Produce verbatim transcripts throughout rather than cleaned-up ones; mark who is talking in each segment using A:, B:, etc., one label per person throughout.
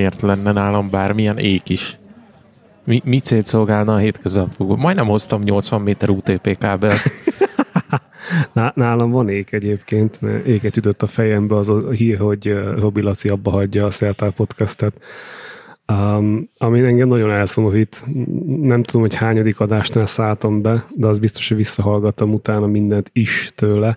A: miért lenne nálam bármilyen ék is. Mi, mi célt szolgálna a hétköznapokban? Majdnem hoztam nyolcvan méter u té pé kábelt.
B: Nálam van ék egyébként, mert éket ütött a fejembe az a hír, hogy Robi Laci abba hagyja a Szertár podcastet. Um, ami engem nagyon elszomorít. Nem tudom, hogy hányadik adásnál szálltam be, de az biztos, hogy visszahallgattam utána mindent is tőle.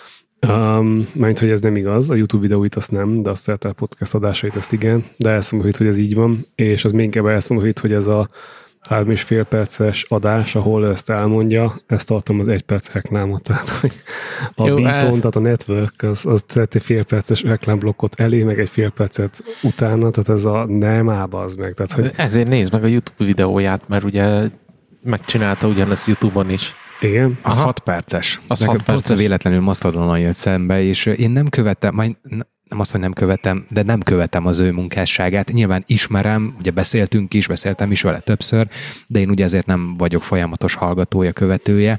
B: Um, mert hogy ez nem igaz, a YouTube videóit azt nem, de a Szertár podcast adásait azt igen, de elszomorít, hogy ez így van, és az még inkább elszomorít, hogy ez a három és fél perces adás, ahol ezt elmondja, ezt tartom az egy perc reklámot, tehát hogy a Jó, Beaton, ez... tehát a Network, az, az tett egy fél perces reklámblokkot elé, meg egy fél percet utána, tehát ez a nem ába az meg. Tehát, hogy...
A: Ezért nézd meg a YouTube videóját, mert ugye megcsinálta ugyanezt YouTube-on is.
B: Igen?
C: Az hat perces.
A: Az hat perces.
C: Véletlenül Mastodonon jött szembe, és én nem követem, majd nem azt, hogy nem követem, de nem követem az ő munkásságát. Nyilván ismerem, ugye beszéltünk is, beszéltem is vele többször, de én ugye ezért nem vagyok folyamatos hallgatója, követője,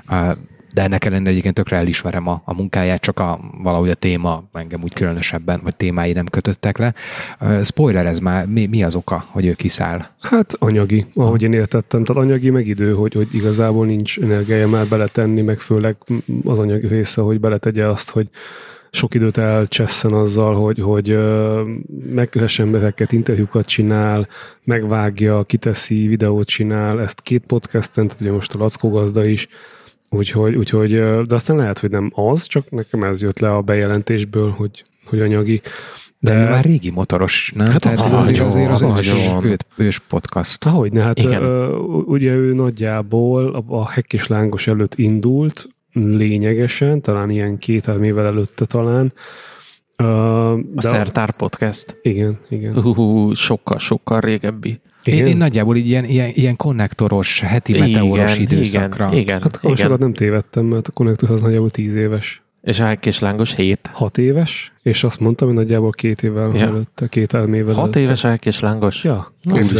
C: de ennek ellenére egyébként tökre elismerem a, a munkáját, csak a, valahogy a téma engem úgy különösebben, vagy témái nem kötöttek le. Spoiler, ez már mi, mi az oka, hogy ő kiszáll?
B: Hát anyagi, ahogy én értettem. Tehát anyagi meg idő, hogy, hogy igazából nincs energiája már beletenni, meg főleg az anyagi része, hogy beletegye azt, hogy sok időt elcsesszen azzal, hogy, hogy megkövess embereket, interjúkat csinál, megvágja, kiteszi, videót csinál, ezt két podcasten, tehát ugye most a Lackó Gazda is, úgyhogy, úgyhogy, de aztán lehet, hogy nem az, csak nekem ez jött le a bejelentésből, hogy, hogy anyagi.
C: De, de ő már régi motoros, nem?
B: Hát
C: Tehát
B: az
C: azért,
B: azért,
C: azért az
B: az
C: őt, ős podcast.
B: Ahogyne, hát ö, ugye ő nagyjából a, a Hekk és Lángos előtt indult, lényegesen, talán ilyen két-három évvel előtte talán. Uh,
A: a Szertár podcast.
B: Igen, igen.
A: Uh, sokkal, sokkal régebbi.
C: Én, én nagyjából így ilyen, ilyen, ilyen konnektoros, heti meteoros
A: igen,
C: időszakra.
A: Igen, igen.
B: Hát akkor sokat nem tévedtem, mert a konnektor az nagyjából tíz éves.
A: És a Hekk és Lángos hét.
B: Hat éves, és azt mondtam, hogy nagyjából két évvel ja. előtte, két-három évvel
A: Hat
B: előtte.
A: éves a Hekk és Lángos?
B: Ja.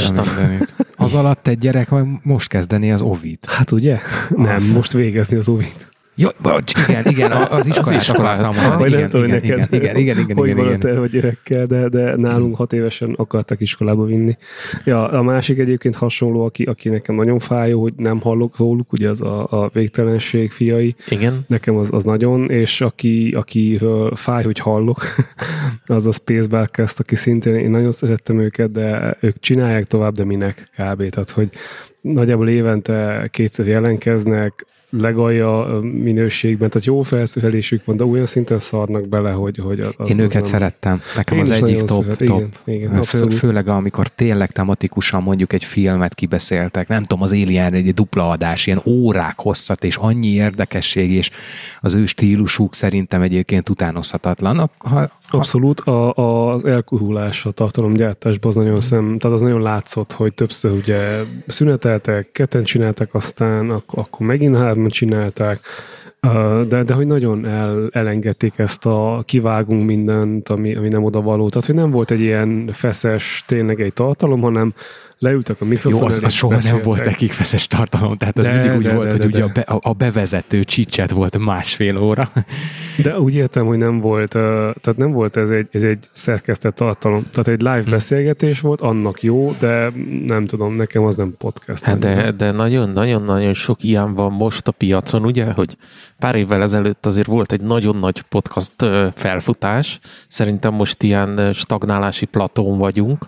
C: Az alatt egy gyerek most kezdeni az ovit.
B: Hát ugye? Nem, most végezni az ovit.
C: Jó, bocs, igen, igen, az iskolát akartam mondani.
B: Igen, nem tudom,
C: igen, igen, igen, igen, igen,
B: hogy
C: igen,
B: van a
C: igen.
B: terv a gyerekkel, de, de nálunk hat évesen akartak iskolába vinni. Ja, a másik egyébként hasonló, aki, aki nekem nagyon fájó, hogy nem hallok róluk, ugye az a, a végtelenség fiai.
A: Igen.
B: Nekem az, az nagyon, és aki, akiről fáj, hogy hallok, az a Spacebarcast, aki szintén, én nagyon szerettem őket, de ők csinálják tovább, de minek kb. Tehát, hogy nagyjából évente kétszer jelentkeznek, legalja minőségben, tehát jó felszerelésük van, de olyan szinten szarnak bele, hogy, hogy az,
C: Én
B: az
C: őket
B: nem...
C: szerettem. Nekem
B: Én
C: az egyik top,
B: szeret.
C: top.
B: Igen, igen,
C: Fő, főleg amikor tényleg tematikusan mondjuk egy filmet kibeszéltek, nem tudom, az Alien egy dupla adás, ilyen órák hosszat, és annyi érdekesség, és az ő stílusuk szerintem egyébként utánozhatatlan. Ha,
B: Abszolút, a, a, az elkurulás a tartalomgyártásban az nagyon szem, tehát az nagyon látszott, hogy többször ugye szüneteltek, ketten csináltak, aztán ak- akkor megint hárman csinálták, de, de hogy nagyon el, elengedték ezt a kivágunk mindent, ami, ami nem oda való. Tehát, hogy nem volt egy ilyen feszes, tényleg egy tartalom, hanem leültek a mikrofon.
C: Jó, az, az soha beszéltek. Nem volt nekik feszes tartalom, tehát az de, mindig úgy de, volt, de, hogy de, ugye de. A, a bevezető csicset volt másfél óra. De
B: úgy értem, hogy nem volt, tehát nem volt ez egy, ez egy szerkesztett tartalom. Tehát egy live hmm. beszélgetés volt, annak jó, de nem tudom, nekem az nem podcast.
A: Hát de, de nagyon-nagyon-nagyon sok ilyen van most a piacon, ugye, hogy pár évvel ezelőtt azért volt egy nagyon nagy podcast felfutás. Szerintem most ilyen stagnálási platón vagyunk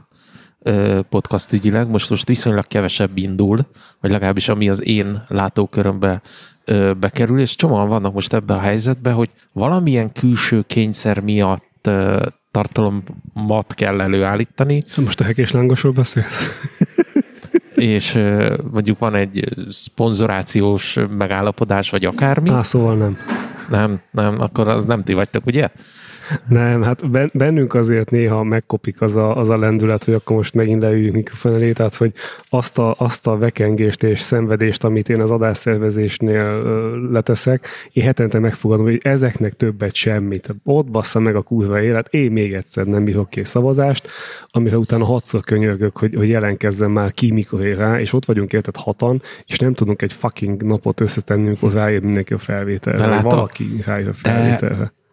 A: podcast ügyileg. Most most viszonylag kevesebb indul, vagy legalábbis ami az én látókörömbe bekerül, és csomóan vannak most ebben a helyzetben, hogy valamilyen külső kényszer miatt tartalomat kell előállítani.
B: Most a Hekk és Lángosról beszélsz?
A: És mondjuk van egy szponzorációs megállapodás, vagy akármi.
B: Á, szóval nem.
A: Nem, nem, akkor az nem ti vagytok, ugye?
B: Nem, hát bennünk azért néha megkopik az a, az a lendület, hogy akkor most megint leüljünk mikrofon elé, tehát hogy azt a, azt a vekengést és szenvedést, amit én az adásszervezésnél leteszek, én hetente megfogadom, hogy ezeknek többet semmit. Ott bassza meg a kurva élet, én még egyszer nem bírok ki szavazást, amire utána hatszor könyörgök, hogy, hogy jelentkezzen már ki, mikor ér rá, és ott vagyunk érted hatan, és nem tudunk egy fucking napot összetenni, amikor ráér mindenki a felvételre.
A: De
B: valaki ráér a felvételre.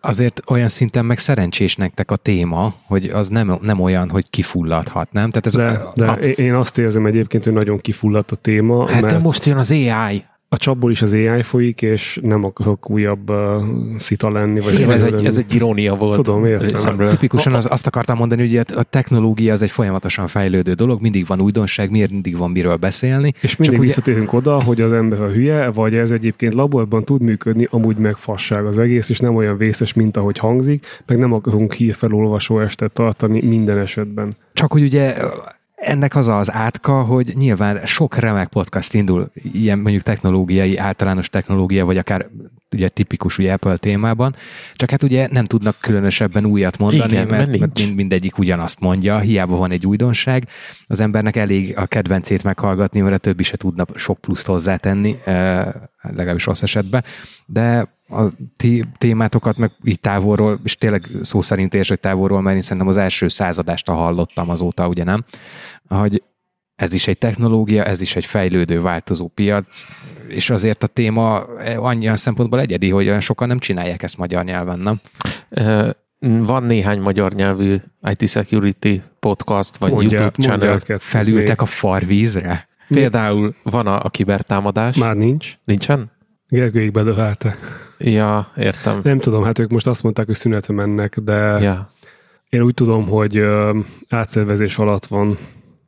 C: azért olyan szinten meg szerencsés nektek a téma, hogy az nem, nem olyan, hogy kifulladhat, nem? Tehát ez
B: de
C: a,
B: de
C: a,
B: én azt érzem egyébként, hogy nagyon kifulladt a téma.
A: Hát
B: mert
A: de most jön az á i.
B: A csapból is az á i folyik, és nem akarok újabb uh, szita lenni. Vagy
A: Igen, ez,
B: lenni.
A: egy, ez egy irónia volt.
B: Tudom, értem.
C: Tipikusan az, azt akartam mondani, hogy a technológia az egy folyamatosan fejlődő dolog, mindig van újdonság, miért mindig van miről beszélni.
B: És mindig
C: ugye...
B: visszatérünk oda, hogy az ember a hülye, vagy ez egyébként laborban tud működni, amúgy meg fasság az egész, és nem olyan vészes, mint ahogy hangzik, meg nem akarunk hírfelolvasó estet tartani minden esetben.
C: Csak hogy ugye ennek az az átka, hogy nyilván sok remek podcast indul, ilyen mondjuk technológiai, általános technológia, vagy akár ugye tipikus ugye Apple témában, csak hát ugye nem tudnak különösebben újat mondani,
A: igen,
C: mert, mert mind, mindegyik ugyanazt mondja, hiába van egy újdonság, az embernek elég a kedvencét meghallgatni, mert a többi se tudna sok pluszt hozzátenni, legalábbis rossz esetben, de a témátokat meg így távolról, és tényleg szó szerint érzs, hogy távolról, mert én szerintem az első századást hallottam azóta, ugye nem? Hogy ez is egy technológia, ez is egy fejlődő, változó piac, és azért a téma annyian szempontból egyedi, hogy olyan sokan nem csinálják ezt magyar nyelven, nem?
A: Van néhány magyar nyelvű i té Security podcast, vagy mondjál, YouTube channel.
C: Felültek a farvízre?
A: Például van a, a kibertámadás.
B: Már nincs.
A: Nincsen?
B: Gergőig bedöheltek.
A: Ja, értem.
B: Nem tudom, hát ők most azt mondták, hogy szünetre mennek, de ja. Én úgy tudom, hogy uh, átszervezés alatt van.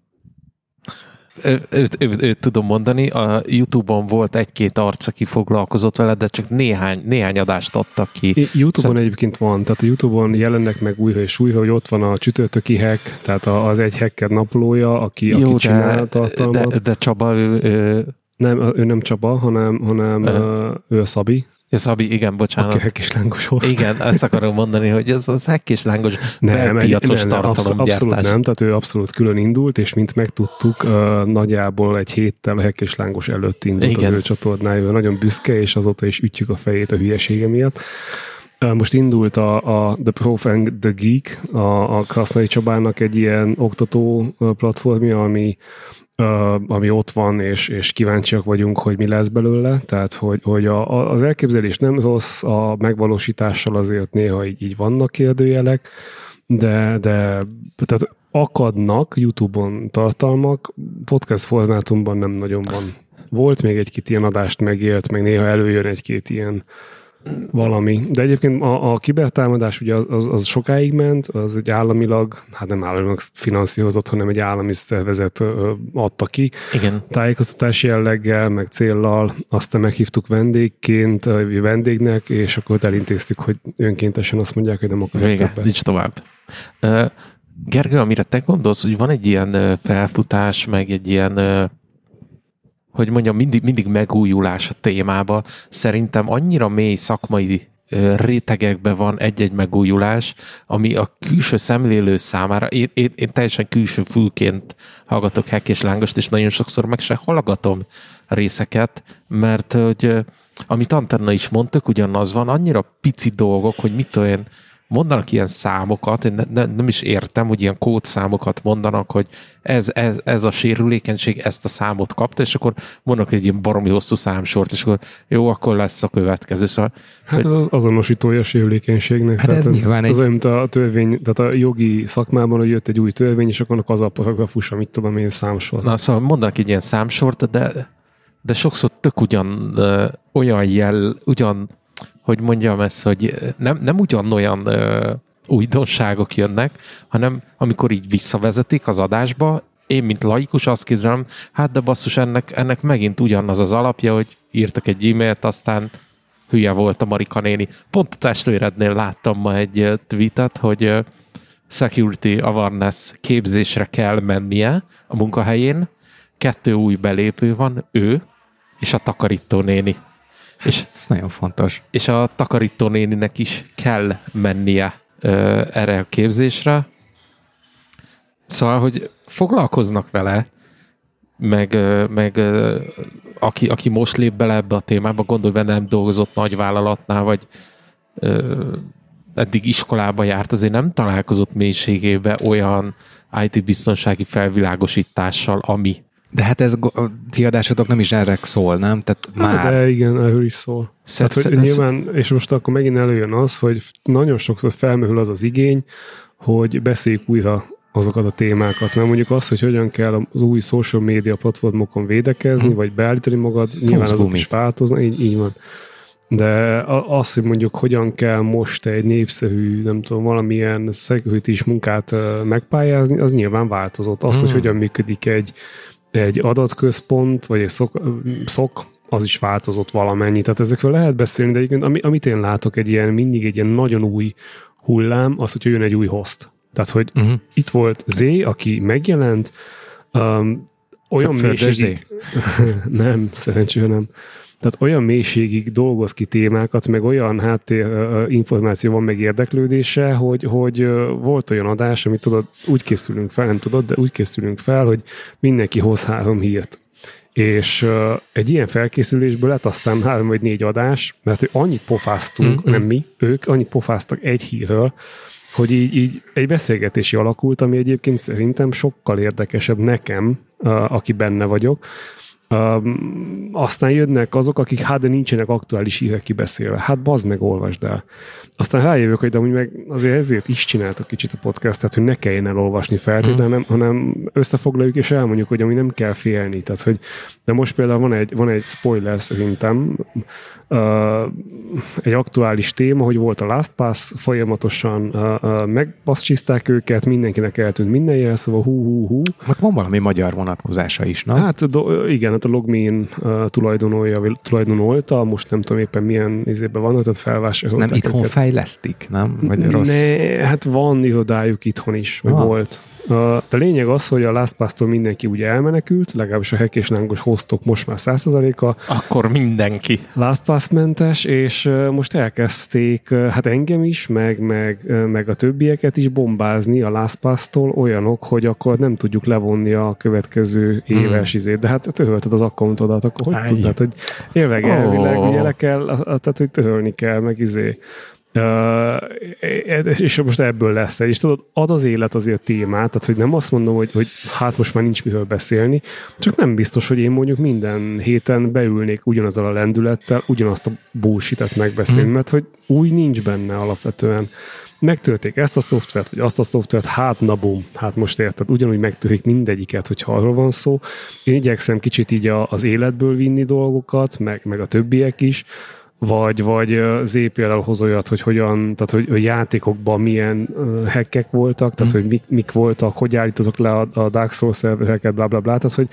A: Őt ő, ő, ő, tudom mondani, a YouTube-on volt egy-két arc, aki foglalkozott vele, de csak néhány, néhány adást adtak ki.
B: YouTube-on szóval... egyébként van, tehát a YouTube-on jelennek meg újra és újra, hogy ott van a csütörtöki hack, tehát az egy hacker naplója, aki, Jó, aki csinál tartalmat.
A: De, de Csaba, ő, ő...
B: Nem, ő nem Csaba, hanem, hanem uh. ő a Szabi.
A: Ja, Szabi, igen, bocsánat.
B: Aki Hack és Lángos hozta.
A: Igen, ezt akarom mondani, hogy ez az Hack és Lángos belpiacos tartalomgyártás.
B: Abszolút nem, tehát ő abszolút külön indult, és mint megtudtuk, uh, nagyjából egy héttel a Hack és Lángos előtt indult igen. Az ő csatornája. Nagyon büszke, és azóta is ütjük a fejét a hülyesége miatt. Uh, most indult a, a The Prof and the Geek, a, a Krasznai Csabának egy ilyen oktató platformja, ami Uh, ami ott van, és, és kíváncsiak vagyunk, hogy mi lesz belőle, tehát hogy, hogy a, a, az elképzelés nem rossz, a megvalósítással azért néha így, így vannak kérdőjelek, de, de tehát akadnak YouTube-on tartalmak, podcast formátumban nem nagyon van. Volt még egy-két ilyen adást megélt, meg néha előjön egy-két ilyen valami. De egyébként a, a kibertámadás ugye az, az, az sokáig ment, az egy államilag, hát nem államilag finanszírozott, hanem egy állami szervezet ö, adta ki.
A: Igen.
B: Tájékoztatási jelleggel, meg céllal, aztán meghívtuk vendégként, vendégnek, és akkor elintéztük, hogy önkéntesen azt mondják, hogy nem akarják
A: Vége,
B: többet.
A: nincs tovább. Uh, Gergő, amire te gondolsz, hogy van egy ilyen uh, felfutás, meg egy ilyen uh, hogy mondjam, mindig, mindig megújulás a témába. Szerintem annyira mély szakmai rétegekben van egy-egy megújulás, ami a külső szemlélő számára, én, én, én teljesen külső fülként hallgatok Hack és Lángost, és nagyon sokszor meg se hallgatom a részeket, mert hogy amit Antenna is mondtak, ugyanaz van, annyira pici dolgok, hogy mit olyan mondanak ilyen számokat, én ne, ne, nem is értem, hogy ilyen kódszámokat mondanak, hogy ez, ez, ez a sérülékenység ezt a számot kapta, és akkor mondanak egy ilyen baromi hosszú számsort, és akkor jó, akkor lesz a következő. Szóval,
B: hát ez az azonosítója a sérülékenységnek.
C: Hát ez, ez nyilván
B: egy...
C: Az
B: olyan, mint a törvény, tehát a jogi szakmában, hogy jött egy új törvény, és akkor az a paragrafus, amit tudom én számsor.
A: Na, szóval mondanak egy ilyen számsort, de, de sokszor tök ugyan ö, olyan jel, ugyan hogy mondjam ezt, hogy nem, nem ugyanolyan ö, újdonságok jönnek, hanem amikor így visszavezetik az adásba, én, mint laikus azt képzelem, hát de basszus, ennek, ennek megint ugyanaz az alapja, hogy írtak egy e-mailt, aztán hülye volt a Marika néni. Pont a testvérednél láttam ma egy tweetet, hogy security awareness képzésre kell mennie a munkahelyén, kettő új belépő van, ő és a takarító néni. És,
C: ez nagyon fontos.
A: És a takarító néninek is kell mennie ö, erre a képzésre. Szóval, hogy foglalkoznak vele, meg, ö, meg ö, aki, aki most lép bele ebbe a témába, gondolj be, nem dolgozott nagyvállalatnál, vagy ö, eddig iskolába járt, azért nem találkozott mélységében olyan í té biztonsági felvilágosítással, ami
C: De hát ez a ti adásotok nem is erre szól, nem? Tehát már...
B: De igen, erről is szól. Tehát, hogy ez... nyilván, és most akkor megint előjön az, hogy nagyon sokszor felmerül az az igény, hogy beszéljük újra azokat a témákat, mert mondjuk az, hogy hogyan kell az új social media platformokon védekezni, hmm. vagy beállítani magad, nyilván azok is változnak, így, így van. De az, hogy mondjuk hogyan kell most egy népszerű, nem tudom, valamilyen security-s munkát megpályázni, az nyilván változott. Az, hmm. hogy hogyan működik egy, egy adatközpont, vagy egy szok, szok, az is változott valamennyi. Tehát ezekről lehet beszélni, de egyébként ami, amit én látok egy ilyen, mindig egy ilyen nagyon új hullám, az, hogy jön egy új host. Tehát, hogy uh-huh. itt volt Z, aki megjelent, um, olyan mélységig... nem, szerencsére nem. Tehát olyan mélységig dolgoz ki témákat, meg olyan háttér uh, információ van, meg érdeklődése, hogy, hogy uh, volt olyan adás, amit tudod, úgy készülünk fel, nem tudod, de úgy készülünk fel, hogy mindenki hoz három hírt. És uh, egy ilyen felkészülésből lett aztán három vagy négy adás, mert hogy annyit pofáztunk, uh-huh. nem mi, ők annyit pofáztak egy hírről, hogy így, így egy beszélgetési alakult, ami egyébként szerintem sokkal érdekesebb nekem, uh, aki benne vagyok. Um, aztán jönnek azok, akik hát de nincsenek aktuális hírek kibeszélve. Hát bazd meg, olvasd el. Aztán rájövök, hogy de amúgy meg azért ezért is csináltak kicsit a podcastet, hogy ne kelljen elolvasni feltétlenül, mm. hanem összefoglaljuk és elmondjuk, hogy ami nem kell félni. Tehát, hogy, de most például van egy, van egy spoiler szerintem, uh, egy aktuális téma, hogy volt a LastPass, folyamatosan uh, uh, megbaszcsizták őket, mindenkinek eltűnt minden jel, szóval hú, hú, hú.
C: Hát van valami magyar vonatkozása is, na?
B: Hát do, igen, hát a Logmein uh, tulajdonolja, tulajdonolta, most nem tudom éppen milyen izében van, tehát felvásárolták.
C: Nem itthon őket. Fejlesztik, nem? Vagy rossz?
B: Ne, hát van irodájuk itthon is, vagy ah. volt. A lényeg az, hogy a LastPass-tól mindenki ugye elmenekült, legalábbis a hack és lángos hostok most már száz százaléka.
A: Akkor mindenki.
B: LastPass-mentes, és most elkezdték, hát engem is, meg, meg, meg a többieket is bombázni a LastPass-tól olyanok, hogy akkor nem tudjuk levonni a következő éves hmm. izét. De hát törölted az accountodat, akkor hogy tudnád, hogy élveg elvileg, oh. ugye le kell, tehát hogy törölni kell, meg izé. Uh, és most ebből lesz egy. És tudod, ad az élet azért témát, tehát hogy nem azt mondom, hogy, hogy hát most már nincs miről beszélni, csak nem biztos, hogy én mondjuk minden héten beülnék ugyanazzal a lendülettel, ugyanazt a bullshit-et megbeszélni, hmm. mert hogy új nincs benne alapvetően. Megtörték ezt a szoftvert, vagy azt a szoftvert, hát na bum, hát most érted, ugyanúgy megtörik mindegyiket, hogyha arról van szó. Én igyekszem kicsit így a, az életből vinni dolgokat, meg, meg a többiek is, Vagy, vagy Z például hoz olyat, hogy hogyan, tehát hogy a játékokban milyen uh, hackek voltak, tehát mm. hogy mik, mik voltak, hogy állítozok le a, a Dark Souls szervereket, bla bla bla, tehát hogy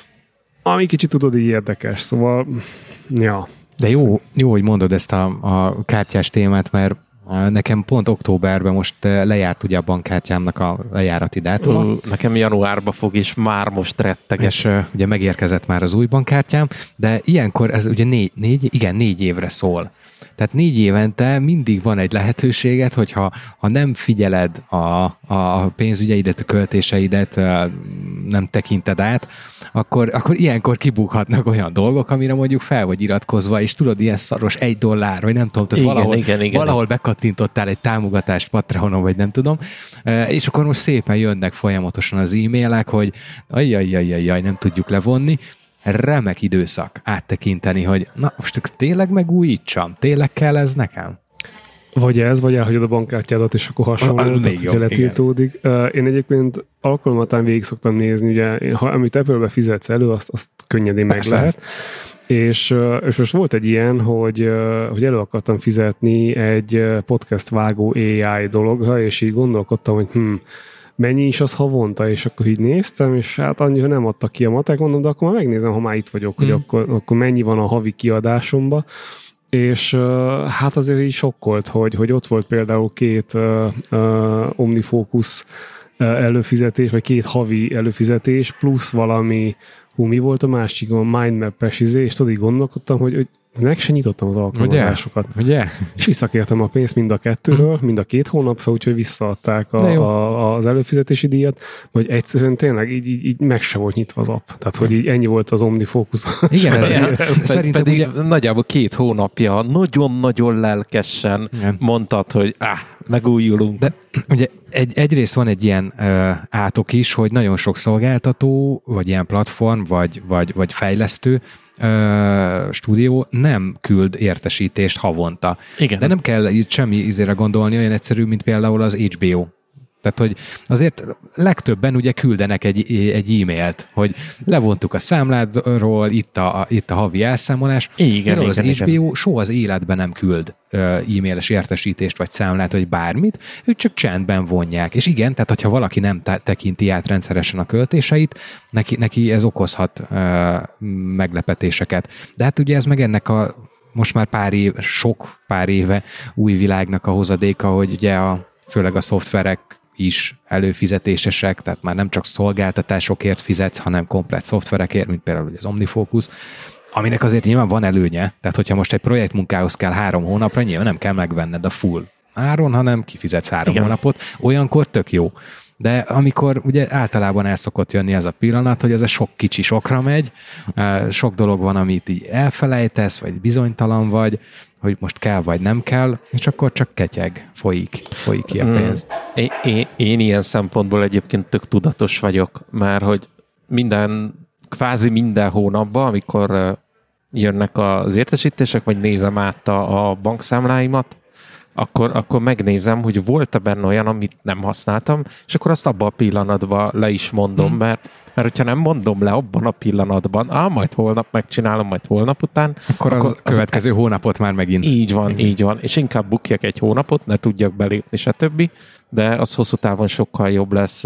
B: ami kicsit tudod, így érdekes, szóval, ja.
C: De jó, jó hogy mondod ezt a, a kártyás témát, mert nekem pont októberben most lejárt ugye a bankkártyámnak a lejárati dátuma.
A: Uh, nekem januárba fog, és már most retteges.
C: És uh, ugye megérkezett már az új bankkártyám, de ilyenkor ez ugye négy, négy, igen, négy évre szól. Tehát négy évente mindig van egy lehetőséget, hogyha ha nem figyeled a, a pénzügyeidet, a költéseidet, nem tekinted át, akkor, akkor ilyenkor kibukhatnak olyan dolgok, amire mondjuk fel vagy iratkozva, és tudod, ilyen szaros egy dollár, vagy nem tudom, tehát
A: igen,
C: valahol,
A: igen, igen,
C: valahol bekattintottál egy támogatást Patreonon, vagy nem tudom, és akkor most szépen jönnek folyamatosan az e-mailek, hogy ajjajjajjaj, nem tudjuk levonni. Remek időszak áttekinteni, hogy na most tényleg megújítsam, tényleg kell ez nekem?
B: Vagy ez, vagy elhagyod a bankkártyádat, és akkor hasonló, hogyha letiltódik. Én egyébként alkalmatán végig szoktam nézni, ugye, ha amit Apple-be fizetsz elő, azt, azt könnyedén meg lehet. És, és most volt egy ilyen, hogy, hogy elő akartam fizetni egy podcast vágó á i dologra, és így gondolkodtam, hogy hm, mennyi is az havonta, és akkor így néztem, és hát annyira nem adtak ki a matek, mondom, de akkor már megnézem, ha már itt vagyok, hogy mm. akkor, akkor mennyi van a havi kiadásomba, és uh, hát azért így sokkolt, hogy, hogy ott volt például két uh, uh, OmniFocus uh, előfizetés, vagy két havi előfizetés, plusz valami, hú, mi volt a másik, a mindmap-es izé, és tudod, így gondolkodtam, hogy, hogy meg se nyitottam az alkalmazásokat.
C: Ugye? Ugye?
B: És visszakértem a pénzt mind a kettőről, mind a két hónapra, úgyhogy visszaadták a, a, az előfizetési díjat, hogy egyszerűen tényleg így, így, így meg se volt nyitva az app. Tehát, hogy így ennyi volt az OmniFocus.
A: Igen, ez szerintem pedig ugye... nagyjából két hónapja nagyon-nagyon lelkesen igen. mondtad, hogy áh, megújulunk.
C: De ugye egy, egyrészt van egy ilyen ö, átok is, hogy nagyon sok szolgáltató, vagy ilyen platform, vagy, vagy, vagy fejlesztő ö, stúdió nem küld értesítést havonta.
A: Igen.
C: De nem kell itt semmi ízére gondolni, olyan egyszerű, mint például az há bé o. Tehát, hogy azért legtöbben ugye küldenek egy, egy e-mailt, hogy levontuk a számládról, itt a, itt a havi elszámolás.
A: Igen, igen,
C: az
A: igen.
C: há bé o soha az életben nem küld e-mailes értesítést, vagy számlát, vagy bármit, ők csak csendben vonják. És igen, tehát hogyha valaki nem te- tekinti át rendszeresen a költéseit, neki, neki ez okozhat uh, meglepetéseket. De hát ugye ez meg ennek a most már pár év, sok pár éve új világnak a hozadéka, hogy ugye a, főleg a szoftverek is előfizetésesek, tehát már nem csak szolgáltatásokért fizetsz, hanem komplett szoftverekért, mint például az OmniFocus, aminek azért nyilván van előnye, tehát hogyha most egy projektmunkához kell három hónapra, nyilván nem kell megvenned a full áron, hanem kifizetsz három Igen. hónapot, olyankor tök jó. De amikor ugye általában el szokott jönni ez a pillanat, hogy ez a sok kicsi sokra megy, sok dolog van, amit így elfelejtesz, vagy bizonytalan vagy, hogy most kell, vagy nem kell, és akkor csak ketyeg, folyik, folyik ki a pénz.
A: Mm. Én, én, én ilyen szempontból egyébként tök tudatos vagyok, mert hogy minden, kvázi minden hónapban, amikor jönnek az értesítések, vagy nézem át a, a bankszámláimat, akkor, akkor megnézem, hogy volt-e benne olyan, amit nem használtam, és akkor azt abban a pillanatban le is mondom, hmm. mert, mert hogyha nem mondom le abban a pillanatban, á, majd holnap megcsinálom, majd holnap után,
C: akkor, akkor az, az következő az, hónapot már megint.
A: Így van, Igen. így van, és inkább bukjak egy hónapot, ne tudjak belépni, stb., de az hosszú távon sokkal jobb lesz.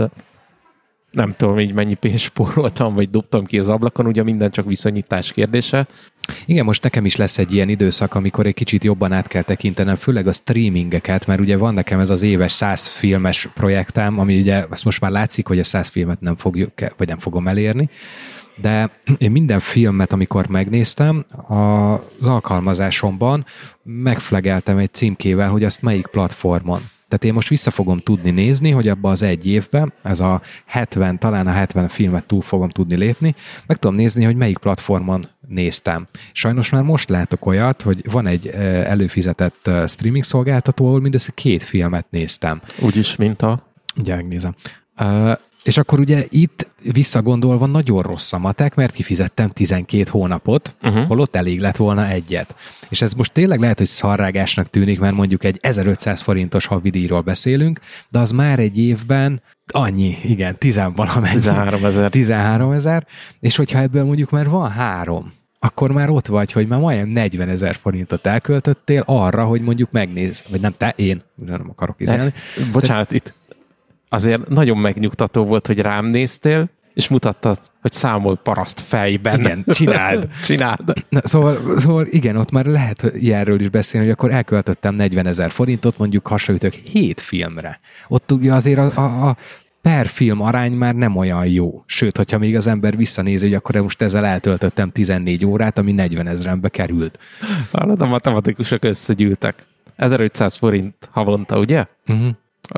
A: Nem tudom így mennyi pénzt spóroltam, vagy dobtam ki az ablakon, ugye minden csak viszonyítás kérdése.
C: Igen, most nekem is lesz egy ilyen időszak, amikor egy kicsit jobban át kell tekintenem, főleg a streamingeket, mert ugye van nekem ez az éves száz filmes projektem, ami ugye, azt most már látszik, hogy a száz filmet nem fogjuk, vagy nem fogom elérni, de én minden filmet, amikor megnéztem, az alkalmazásomban megflegeltem egy címkével, hogy azt melyik platformon. Tehát én most vissza fogom tudni nézni, hogy abban az egy évben, ez a hetven, talán a hetven filmet túl fogom tudni lépni, meg tudom nézni, hogy melyik platformon néztem. Sajnos már most látok olyat, hogy van egy előfizetett streaming szolgáltató, ahol mindössze két filmet néztem.
A: Úgyis, mint a...
C: Ugye, megnézem. Uh, és akkor ugye itt visszagondolva nagyon rossz a matek, mert kifizettem tizenkét hónapot, uh-huh. holott elég lett volna egyet. És ez most tényleg lehet, hogy szarrágásnak tűnik, mert mondjuk egy ezerötszáz forintos havidíjról beszélünk, de az már egy évben annyi, igen, tizenvalamennyi.
A: tizenhárom ezer.
C: tizenhárom ezer, és hogyha ebből mondjuk már van három, akkor már ott vagy, hogy már majdnem negyvenezer forintot elköltöttél arra, hogy mondjuk megnéz, vagy nem te, én, nem akarok izélni.
A: Bocsánat, Te... itt azért nagyon megnyugtató volt, hogy rám néztél, és mutattad, hogy számol paraszt fejben.
C: Igen, csináld.
A: csináld.
C: Na, szóval, szóval igen, ott már lehet ilyenről is beszélni, hogy akkor elköltöttem negyvenezer forintot, mondjuk hasonlítok hét filmre. Ott ugye azért a, a, a per film arány már nem olyan jó. Sőt, hogyha még az ember visszanézi, hogy akkor most ezzel eltöltöttem tizennégy órát, ami negyvenezrenbe került.
A: Hallod, a matematikusok összegyűltek. ezerötszáz forint havonta, ugye?
C: Uh-huh.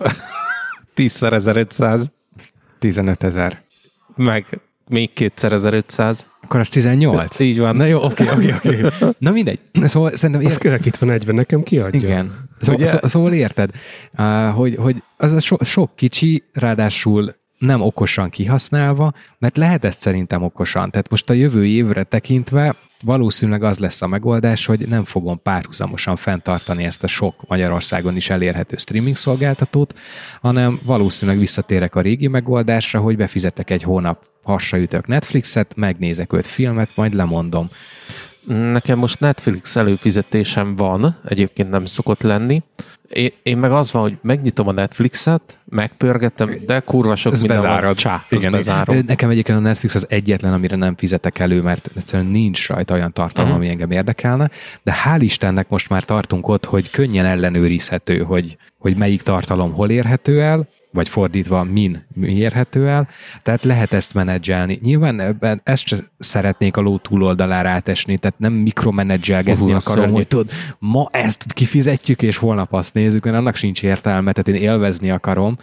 A: tízszer ezerötszáz.
C: tizenöt ezer.
A: Meg még kétszer ezerötszáz.
C: Akkor az tizennyolc?
A: Így van.
C: Na jó, oké, oké, oké. Na mindegy. Szóval szerintem...
B: Azt kérek, itt van negyven, nekem kiadja.
C: Igen. Szóval, szó, szóval érted, uh, hogy, hogy az a so, sok kicsi, ráadásul nem okosan kihasználva, mert lehet ezt szerintem okosan. Tehát most a jövő évre tekintve valószínűleg az lesz a megoldás, hogy nem fogom párhuzamosan fenntartani ezt a sok Magyarországon is elérhető streaming szolgáltatót, hanem valószínűleg visszatérek a régi megoldásra, hogy befizetek egy hónap, hasra ütök Netflixet, megnézek öt filmet, majd lemondom.
A: Nekem most Netflix előfizetésem van, egyébként nem szokott lenni. Én, én meg az van, hogy megnyitom a Netflixet, megpörgetem, de kurva sok
C: ez
A: minden
C: bezárad.
A: van. Csá,
C: igen,
A: bezárom.
C: Nekem egyébként a Netflix az egyetlen, amire nem fizetek elő, mert egyszerűen nincs rajta olyan tartalom, uh-huh. ami engem érdekelne, de hál' Istennek most már tartunk ott, hogy könnyen ellenőrizhető, hogy, hogy melyik tartalom hol érhető el, vagy fordítva min mi érhető el, tehát lehet ezt menedzselni. Nyilván ebben ezt szeretnék a ló túloldalára átesni, tehát nem mikromenedzselgetni uh, akarom, szörnyű. Hogy tudod, ma ezt kifizetjük, és holnap azt nézzük, mert annak sincs értelme, tehát én élvezni akarom,